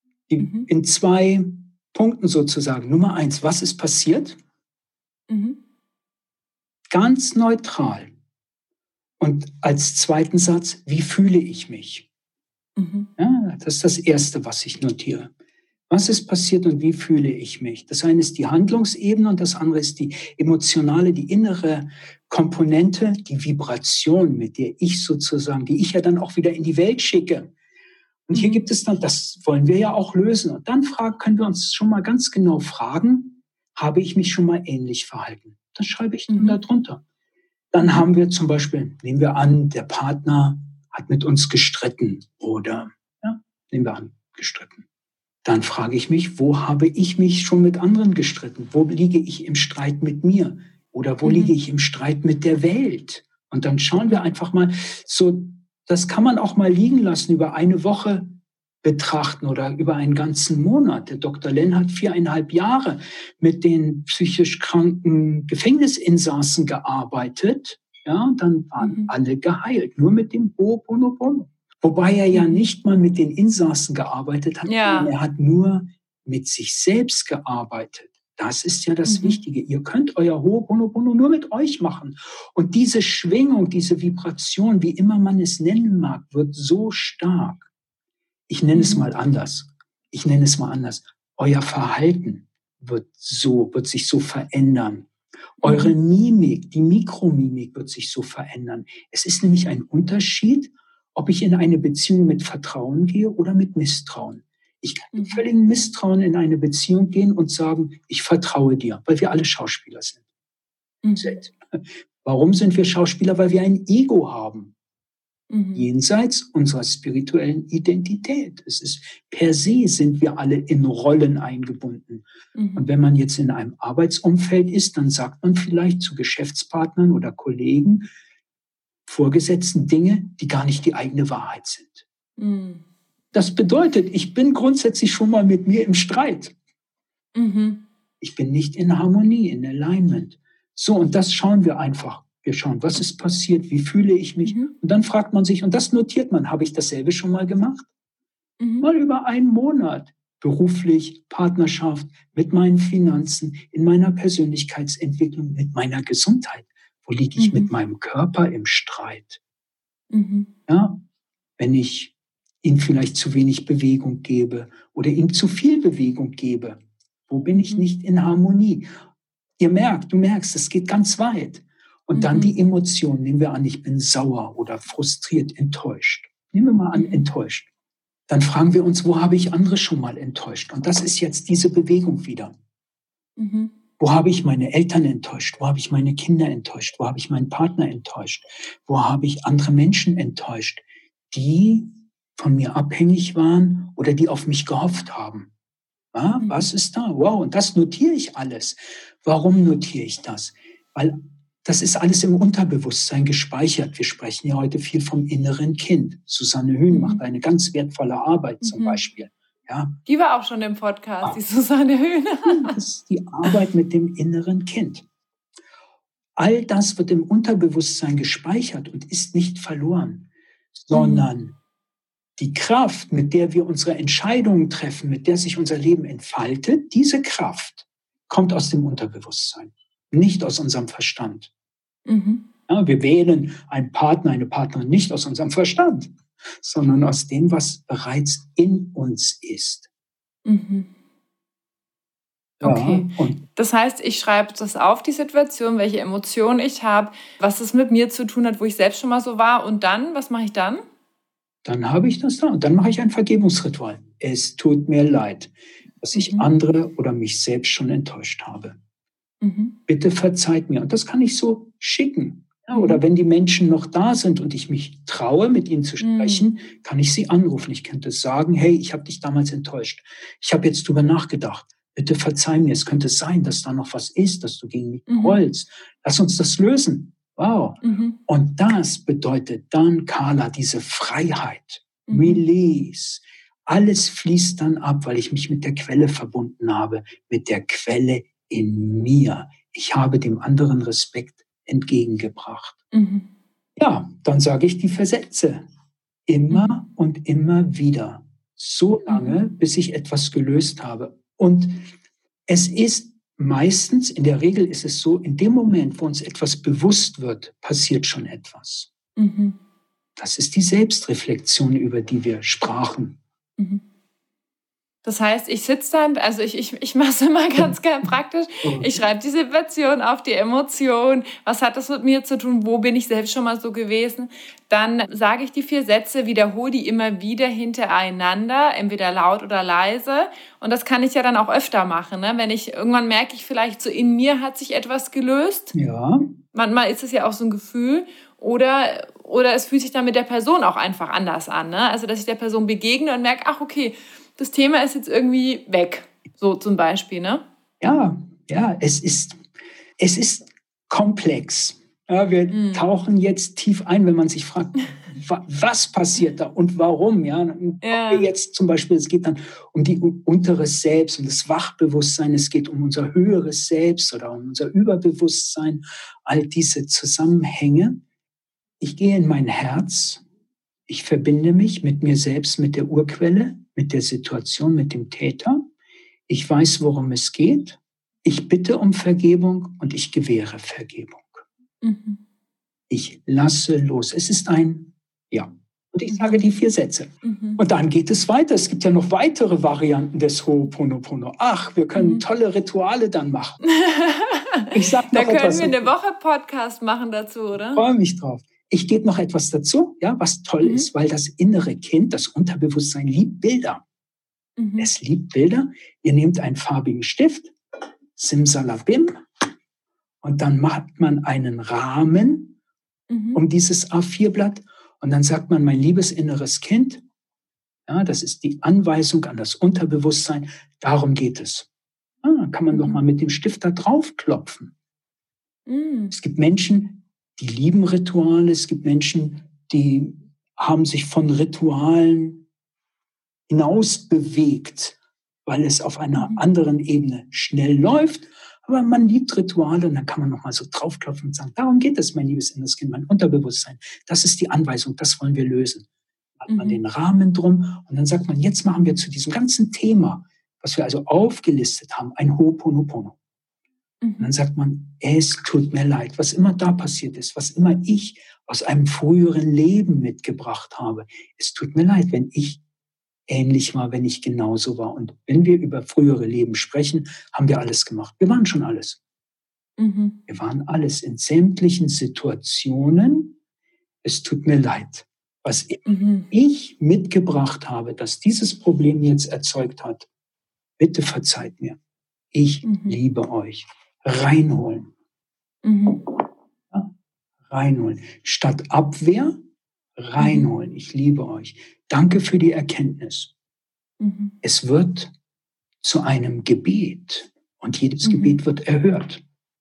In 2 Punkten sozusagen. Nummer 1, was ist passiert? Ganz neutral. Und als zweiten Satz, wie fühle ich mich? Ja, das ist das Erste, was ich notiere. Was ist passiert und wie fühle ich mich? Das eine ist die Handlungsebene und das andere ist die emotionale, die innere Komponente, die Vibration, mit der ich sozusagen, die ich ja dann auch wieder in die Welt schicke. Und hier gibt es dann, das wollen wir ja auch lösen. Und dann können wir uns schon mal ganz genau fragen, habe ich mich schon mal ähnlich verhalten? Das schreibe ich dann da drunter. Dann haben wir zum Beispiel, nehmen wir an, der Partner hat mit uns gestritten oder, ja, nehmen wir an, gestritten. Dann frage ich mich, wo habe ich mich schon mit anderen gestritten? Wo liege ich im Streit mit mir? Oder wo liege ich im Streit mit der Welt? Und dann schauen wir einfach mal, so, das kann man auch mal liegen lassen, über eine Woche betrachten oder über einen ganzen Monat. Der Dr. Lenn hat 4,5 Jahre mit den psychisch kranken Gefängnisinsassen gearbeitet. Ja, dann waren alle geheilt, nur mit dem Ho'oponopono. Wobei er ja nicht mal mit den Insassen gearbeitet hat, sondern er hat nur mit sich selbst gearbeitet. Das ist ja das Wichtige. Ihr könnt euer Ho'oponopono nur mit euch machen. Und diese Schwingung, diese Vibration, wie immer man es nennen mag, wird so stark. Ich nenne es mal anders. Euer Verhalten wird sich so verändern. Eure Mimik, die Mikromimik wird sich so verändern. Es ist nämlich ein Unterschied, ob ich in eine Beziehung mit Vertrauen gehe oder mit Misstrauen. Ich kann mit völligem Misstrauen in eine Beziehung gehen und sagen, ich vertraue dir, weil wir alle Schauspieler sind. Warum sind wir Schauspieler? Weil wir ein Ego haben. Jenseits unserer spirituellen Identität. Es ist per se sind wir alle in Rollen eingebunden. Und wenn man jetzt in einem Arbeitsumfeld ist, dann sagt man vielleicht zu Geschäftspartnern oder Kollegen, Vorgesetzten Dinge, die gar nicht die eigene Wahrheit sind. Das bedeutet, ich bin grundsätzlich schon mal mit mir im Streit. Ich bin nicht in Harmonie, in Alignment. So, und das schauen wir einfach. Wir schauen, was ist passiert, wie fühle ich mich. Und dann fragt man sich, und das notiert man, habe ich dasselbe schon mal gemacht? Mal über einen Monat, beruflich, Partnerschaft, mit meinen Finanzen, in meiner Persönlichkeitsentwicklung, mit meiner Gesundheit. Wo liege ich mit meinem Körper im Streit? Ja, wenn ich ihm vielleicht zu wenig Bewegung gebe oder ihm zu viel Bewegung gebe, wo bin ich nicht in Harmonie? Du merkst, es geht ganz weit. Und dann die Emotionen, nehmen wir an, ich bin sauer oder frustriert, enttäuscht. Nehmen wir mal an, enttäuscht. Dann fragen wir uns, wo habe ich andere schon mal enttäuscht? Und das ist jetzt diese Bewegung wieder. Wo habe ich meine Eltern enttäuscht? Wo habe ich meine Kinder enttäuscht? Wo habe ich meinen Partner enttäuscht? Wo habe ich andere Menschen enttäuscht, die von mir abhängig waren oder die auf mich gehofft haben? Ja, was ist da? Wow, und das notiere ich alles. Warum notiere ich das? Weil das ist alles im Unterbewusstsein gespeichert. Wir sprechen ja heute viel vom inneren Kind. Susanne Höhn macht eine ganz wertvolle Arbeit zum Beispiel. Ja. Die war auch schon im Podcast, die Susanne Höhn. Das ist die Arbeit mit dem inneren Kind. All das wird im Unterbewusstsein gespeichert und ist nicht verloren, sondern die Kraft, mit der wir unsere Entscheidungen treffen, mit der sich unser Leben entfaltet, diese Kraft kommt aus dem Unterbewusstsein, nicht aus unserem Verstand. Ja, wir wählen einen Partner, eine Partnerin nicht aus unserem Verstand, sondern aus dem, was bereits in uns ist. Okay, das heißt, ich schreibe das auf, die Situation, welche Emotionen ich habe, was es mit mir zu tun hat, wo ich selbst schon mal so war. Und dann, was mache ich dann? Dann habe ich das da und dann mache ich ein Vergebungsritual. Es tut mir leid, dass ich andere oder mich selbst schon enttäuscht habe. Bitte verzeiht mir. Und das kann ich so schicken. Ja, oder wenn die Menschen noch da sind und ich mich traue, mit ihnen zu sprechen, kann ich sie anrufen. Ich könnte sagen, hey, ich habe dich damals enttäuscht. Ich habe jetzt drüber nachgedacht. Bitte verzeih mir. Es könnte sein, dass da noch was ist, dass du gegen mich grollst. Lass uns das lösen. Wow. Und das bedeutet dann, Carla, diese Freiheit. Release. Alles fließt dann ab, weil ich mich mit der Quelle verbunden habe. Mit der Quelle in mir. Ich habe dem anderen Respekt entgegengebracht. Ja, dann sage ich die Versätze. Immer und immer wieder. So lange, bis ich etwas gelöst habe. Und es ist meistens, in der Regel ist es so, in dem Moment, wo uns etwas bewusst wird, passiert schon etwas. Mhm. Das ist die Selbstreflexion, über die wir sprachen. Mhm. Das heißt, ich sitze dann, also ich mache es immer ganz praktisch. Ich schreibe die Situation auf, die Emotion. Was hat das mit mir zu tun? Wo bin ich selbst schon mal so gewesen? Dann sage ich die 4 Sätze, wiederhole die immer wieder hintereinander, entweder laut oder leise. Und das kann ich ja dann auch öfter machen. Ne? Wenn ich irgendwann merke, ich vielleicht so in mir hat sich etwas gelöst. Ja. Manchmal ist es ja auch so ein Gefühl. Oder es fühlt sich dann mit der Person auch einfach anders an. Ne? Also, dass ich der Person begegne und merke, ach okay, das Thema ist jetzt irgendwie weg, so zum Beispiel, ne? Ja, es ist komplex. Ja, wir tauchen jetzt tief ein, wenn man sich fragt, was passiert da und warum? Ja, dann kommen wir jetzt zum Beispiel, es geht dann um die untere Selbst, um das Wachbewusstsein, es geht um unser höheres Selbst oder um unser Überbewusstsein, all diese Zusammenhänge. Ich gehe in mein Herz, ich verbinde mich mit mir selbst, mit der Urquelle, mit der Situation, mit dem Täter. Ich weiß, worum es geht. Ich bitte um Vergebung und ich gewähre Vergebung. Mhm. Ich lasse los. Es ist ein Ja. Und ich sage die 4 Sätze. Mhm. Und dann geht es weiter. Es gibt ja noch weitere Varianten des Ho'oponopono. Ach, wir können tolle Rituale dann machen. Ich sag noch da können etwas. wir eine Woche Podcast machen dazu, oder? Ich freue mich drauf. Ich gebe noch etwas dazu, ja, was toll ist, weil das innere Kind, das Unterbewusstsein liebt Bilder. Es liebt Bilder. Ihr nehmt einen farbigen Stift, simsalabim, und dann macht man einen Rahmen um dieses A4-Blatt und dann sagt man, mein liebes inneres Kind, ja, das ist die Anweisung an das Unterbewusstsein, darum geht es. Ja, dann kann man doch mal mit dem Stift da drauf klopfen. Es gibt Menschen, die lieben Rituale, es gibt Menschen, die haben sich von Ritualen hinaus bewegt, weil es auf einer anderen Ebene schnell läuft. Aber man liebt Rituale und dann kann man noch mal so draufklopfen und sagen, darum geht es, mein liebes inneres Kind, mein Unterbewusstsein. Das ist die Anweisung, das wollen wir lösen. Dann hat man den Rahmen drum und dann sagt man, jetzt machen wir zu diesem ganzen Thema, was wir also aufgelistet haben, ein Ho'oponopono. Und dann sagt man, es tut mir leid, was immer da passiert ist, was immer ich aus einem früheren Leben mitgebracht habe. Es tut mir leid, wenn ich ähnlich war, wenn ich genauso war. Und wenn wir über frühere Leben sprechen, haben wir alles gemacht. Wir waren schon alles. Wir waren alles in sämtlichen Situationen. Es tut mir leid, was ich mitgebracht habe, dass dieses Problem jetzt erzeugt hat. Bitte verzeiht mir. Ich liebe euch. Reinholen. Ja, reinholen. Statt Abwehr, reinholen. Ich liebe euch. Danke für die Erkenntnis. Es wird zu einem Gebet und jedes Gebet wird erhört.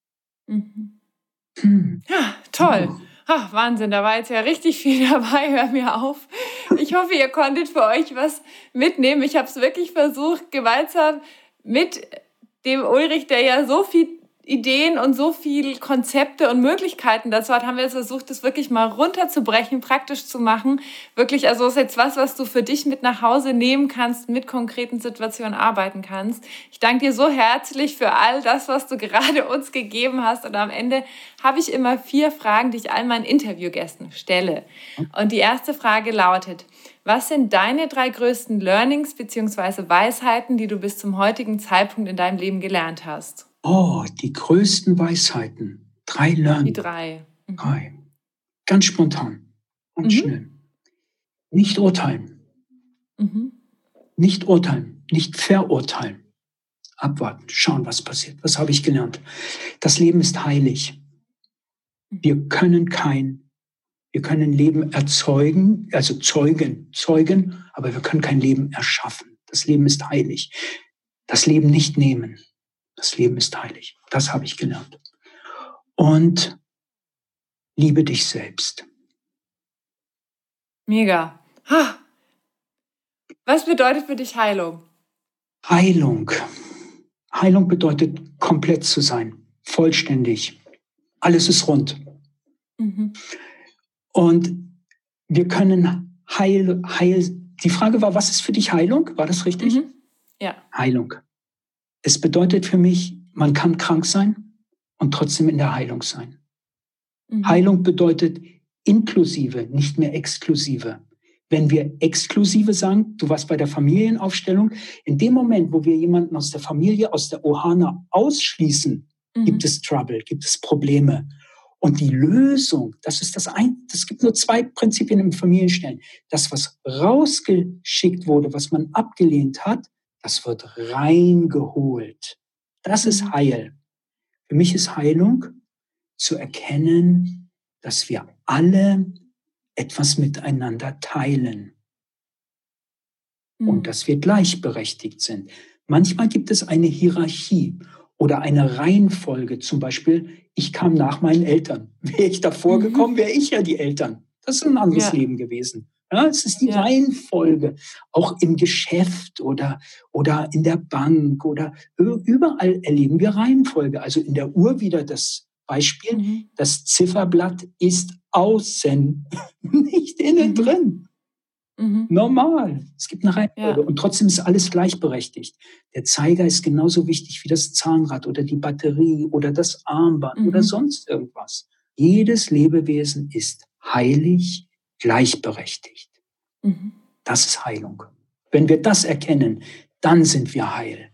Ja, toll. Ach, Wahnsinn, da war jetzt ja richtig viel dabei, hör mir auf. Ich hoffe, ihr konntet für euch was mitnehmen. Ich habe es wirklich versucht, gewaltsam mit dem Ulrich, der ja so viel Ideen und so viele Konzepte und Möglichkeiten dazu hat, haben wir jetzt versucht, das wirklich mal runterzubrechen, praktisch zu machen. Wirklich, also ist jetzt was du für dich mit nach Hause nehmen kannst, mit konkreten Situationen arbeiten kannst. Ich danke dir so herzlich für all das, was du gerade uns gegeben hast. Und am Ende habe ich immer 4 Fragen, die ich all meinen Interviewgästen stelle. Und die erste Frage lautet: Was sind deine 3 größten Learnings bzw. Weisheiten, die du bis zum heutigen Zeitpunkt in deinem Leben gelernt hast? Oh, die größten Weisheiten. 3 Learnings. Die 3. 3. Ganz spontan, ganz schnell. Nicht urteilen. Nicht urteilen, nicht verurteilen. Abwarten, schauen, was passiert. Was habe ich gelernt? Das Leben ist heilig. Wir können Leben erzeugen, also zeugen, aber wir können kein Leben erschaffen. Das Leben ist heilig. Das Leben nicht nehmen. Das Leben ist heilig. Das habe ich gelernt. Und liebe dich selbst. Mega. Was bedeutet für dich Heilung? Heilung bedeutet, komplett zu sein, vollständig. Alles ist rund. Und wir können die Frage war, was ist für dich Heilung? War das richtig? Ja. Heilung. Es bedeutet für mich, man kann krank sein und trotzdem in der Heilung sein. Heilung bedeutet, inklusive, nicht mehr exklusive. Wenn wir exklusive sagen, du warst bei der Familienaufstellung, in dem Moment, wo wir jemanden aus der Familie, aus der Ohana ausschließen, gibt es Trouble, gibt es Probleme. Und die Lösung, das gibt nur 2 Prinzipien im Familienstellen. Das, was rausgeschickt wurde, was man abgelehnt hat, das wird reingeholt. Das ist Heil. Für mich ist Heilung zu erkennen, dass wir alle etwas miteinander teilen und dass wir gleichberechtigt sind. Manchmal gibt es eine Hierarchie oder eine Reihenfolge. Zum Beispiel, ich kam nach meinen Eltern. Wäre ich davor gekommen, wäre ich ja die Eltern. Das ist ein anderes Leben gewesen. Ja, es ist die Reihenfolge. Auch im Geschäft oder in der Bank oder überall erleben wir Reihenfolge. Also in der Uhr wieder das Beispiel, das Zifferblatt ist außen, nicht innen drin. Normal. Es gibt eine Reihenfolge und trotzdem ist alles gleichberechtigt. Der Zeiger ist genauso wichtig wie das Zahnrad oder die Batterie oder das Armband oder sonst irgendwas. Jedes Lebewesen ist heilig, gleichberechtigt. Das ist Heilung. Wenn wir das erkennen, dann sind wir heil.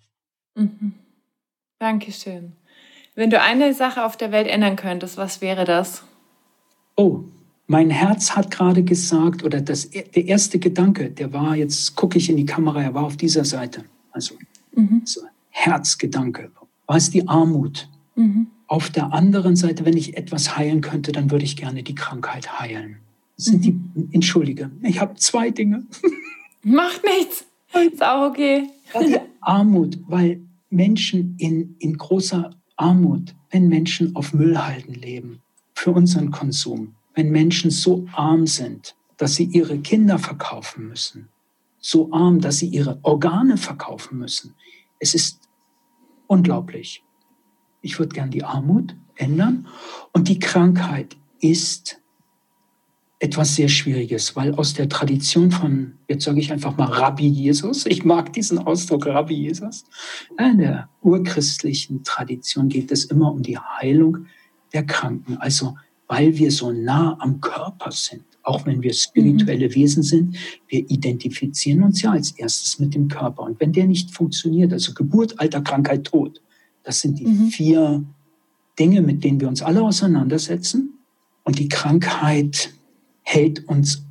Dankeschön. Wenn du eine Sache auf der Welt ändern könntest, was wäre das? Oh, mein Herz hat gerade gesagt, oder der erste Gedanke, der war, jetzt gucke ich in die Kamera, er war auf dieser Seite. Also, so Herzgedanke, war es die Armut. Auf der anderen Seite, wenn ich etwas heilen könnte, dann würde ich gerne die Krankheit heilen. Das sind entschuldige, ich habe 2 Dinge. Macht nichts, ist auch okay. Ja, die Armut, weil Menschen in großer Armut, wenn Menschen auf Müllhalden leben, für unseren Konsum, wenn Menschen so arm sind, dass sie ihre Kinder verkaufen müssen, so arm, dass sie ihre Organe verkaufen müssen. Es ist unglaublich. Ich würde gern die Armut ändern. Und die Krankheit ist etwas sehr Schwieriges, weil aus der Tradition von, jetzt sage ich einfach mal Rabbi Jesus, ich mag diesen Ausdruck Rabbi Jesus, in der urchristlichen Tradition geht es immer um die Heilung der Kranken. Also weil wir so nah am Körper sind, auch wenn wir spirituelle Wesen sind, wir identifizieren uns ja als erstes mit dem Körper. Und wenn der nicht funktioniert, also Geburt, Alter, Krankheit, Tod, das sind die 4 Dinge, mit denen wir uns alle auseinandersetzen. Und die Krankheit hält uns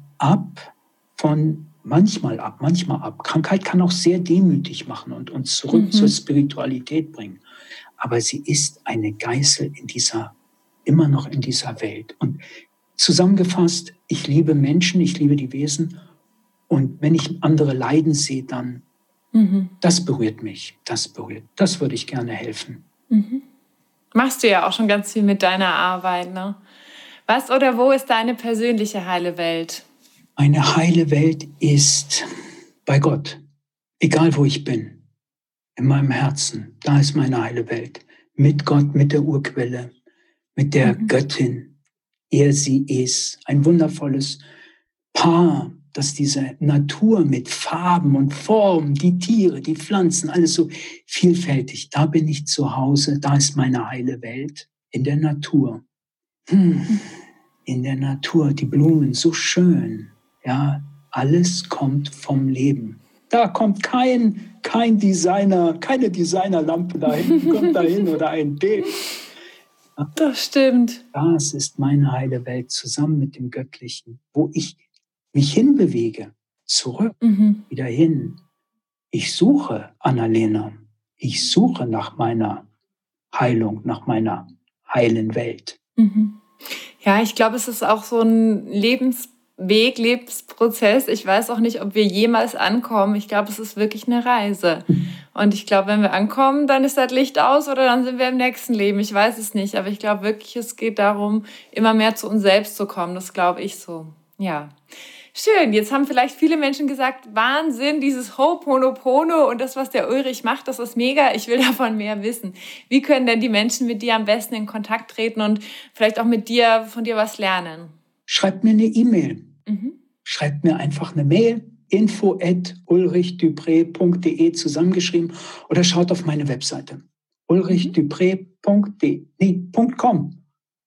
manchmal ab. Krankheit kann auch sehr demütig machen und uns zurück zur Spiritualität bringen. Aber sie ist eine Geißel immer noch in dieser Welt. Und zusammengefasst, ich liebe Menschen, ich liebe die Wesen. Und wenn ich andere leiden sehe, dann, das berührt mich. Das würde ich gerne helfen. Machst du ja auch schon ganz viel mit deiner Arbeit, ne? Was oder wo ist deine persönliche heile Welt? Eine heile Welt ist bei Gott. Egal wo ich bin. In meinem Herzen. Da ist meine heile Welt. Mit Gott, mit der Urquelle. Mit der Göttin. Er, sie, es. Ein wundervolles Paar, das diese Natur mit Farben und Formen, die Tiere, die Pflanzen, alles so vielfältig. Da bin ich zu Hause. Da ist meine heile Welt. In der Natur. In der Natur, die Blumen, so schön. Ja, alles kommt vom Leben. Da kommt kein Designer, keine Designerlampe dahin, kommt dahin oder ein Bild. Das stimmt. Das ist meine heile Welt zusammen mit dem Göttlichen, wo ich mich hinbewege, zurück, wieder hin. Ich suche, Annalena, ich suche nach meiner Heilung, nach meiner heilen Welt. Ja, ich glaube, es ist auch so ein Lebensprozess. Ich weiß auch nicht, ob wir jemals ankommen. Ich glaube, es ist wirklich eine Reise. Und ich glaube, wenn wir ankommen, dann ist das Licht aus oder dann sind wir im nächsten Leben. Ich weiß es nicht, aber ich glaube wirklich, es geht darum, immer mehr zu uns selbst zu kommen. Das glaube ich so. Ja. Schön, jetzt haben vielleicht viele Menschen gesagt, Wahnsinn, dieses Ho'oponopono und das, was der Ulrich macht, das ist mega, ich will davon mehr wissen. Wie können denn die Menschen mit dir am besten in Kontakt treten und vielleicht auch von dir was lernen? Schreibt mir eine E-Mail. Schreibt mir einfach eine Mail, info@ulrichdupré.de zusammengeschrieben oder schaut auf meine Webseite ulrichdupre.com.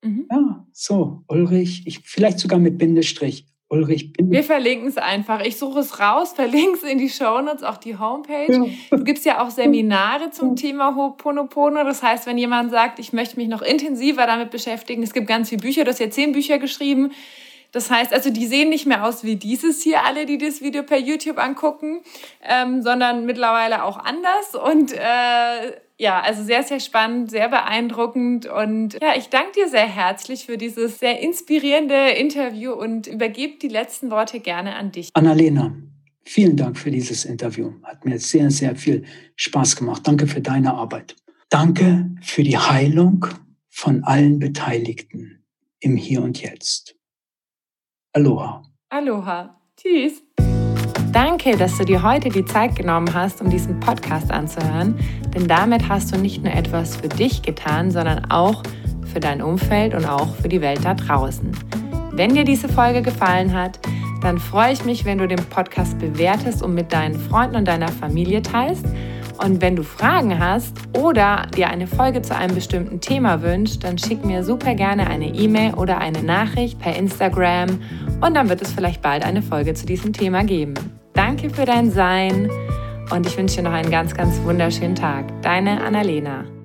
Ja, so, Ulrich, vielleicht sogar mit Bindestrich. Ulrich Wir verlinken es einfach. Ich suche es raus, verlinke es in die Shownotes, auch die Homepage. Ja. Du gibst ja auch Seminare zum Thema Ho'oponopono. Das heißt, wenn jemand sagt, ich möchte mich noch intensiver damit beschäftigen, es gibt ganz viele Bücher, du hast ja 10 Bücher geschrieben. Das heißt, also die sehen nicht mehr aus wie dieses hier, alle, die das Video per YouTube angucken, sondern mittlerweile auch anders. Und also sehr, sehr spannend, sehr beeindruckend. Und ja, ich danke dir sehr herzlich für dieses sehr inspirierende Interview und übergebe die letzten Worte gerne an dich. Annalena, vielen Dank für dieses Interview. Hat mir sehr, sehr viel Spaß gemacht. Danke für deine Arbeit. Danke für die Heilung von allen Beteiligten im Hier und Jetzt. Aloha. Aloha. Tschüss. Danke, dass du dir heute die Zeit genommen hast, um diesen Podcast anzuhören, denn damit hast du nicht nur etwas für dich getan, sondern auch für dein Umfeld und auch für die Welt da draußen. Wenn dir diese Folge gefallen hat, dann freue ich mich, wenn du den Podcast bewertest und mit deinen Freunden und deiner Familie teilst. Und wenn du Fragen hast oder dir eine Folge zu einem bestimmten Thema wünschst, dann schick mir super gerne eine E-Mail oder eine Nachricht per Instagram und dann wird es vielleicht bald eine Folge zu diesem Thema geben. Danke für dein Sein und ich wünsche dir noch einen ganz, ganz wunderschönen Tag. Deine Annalena.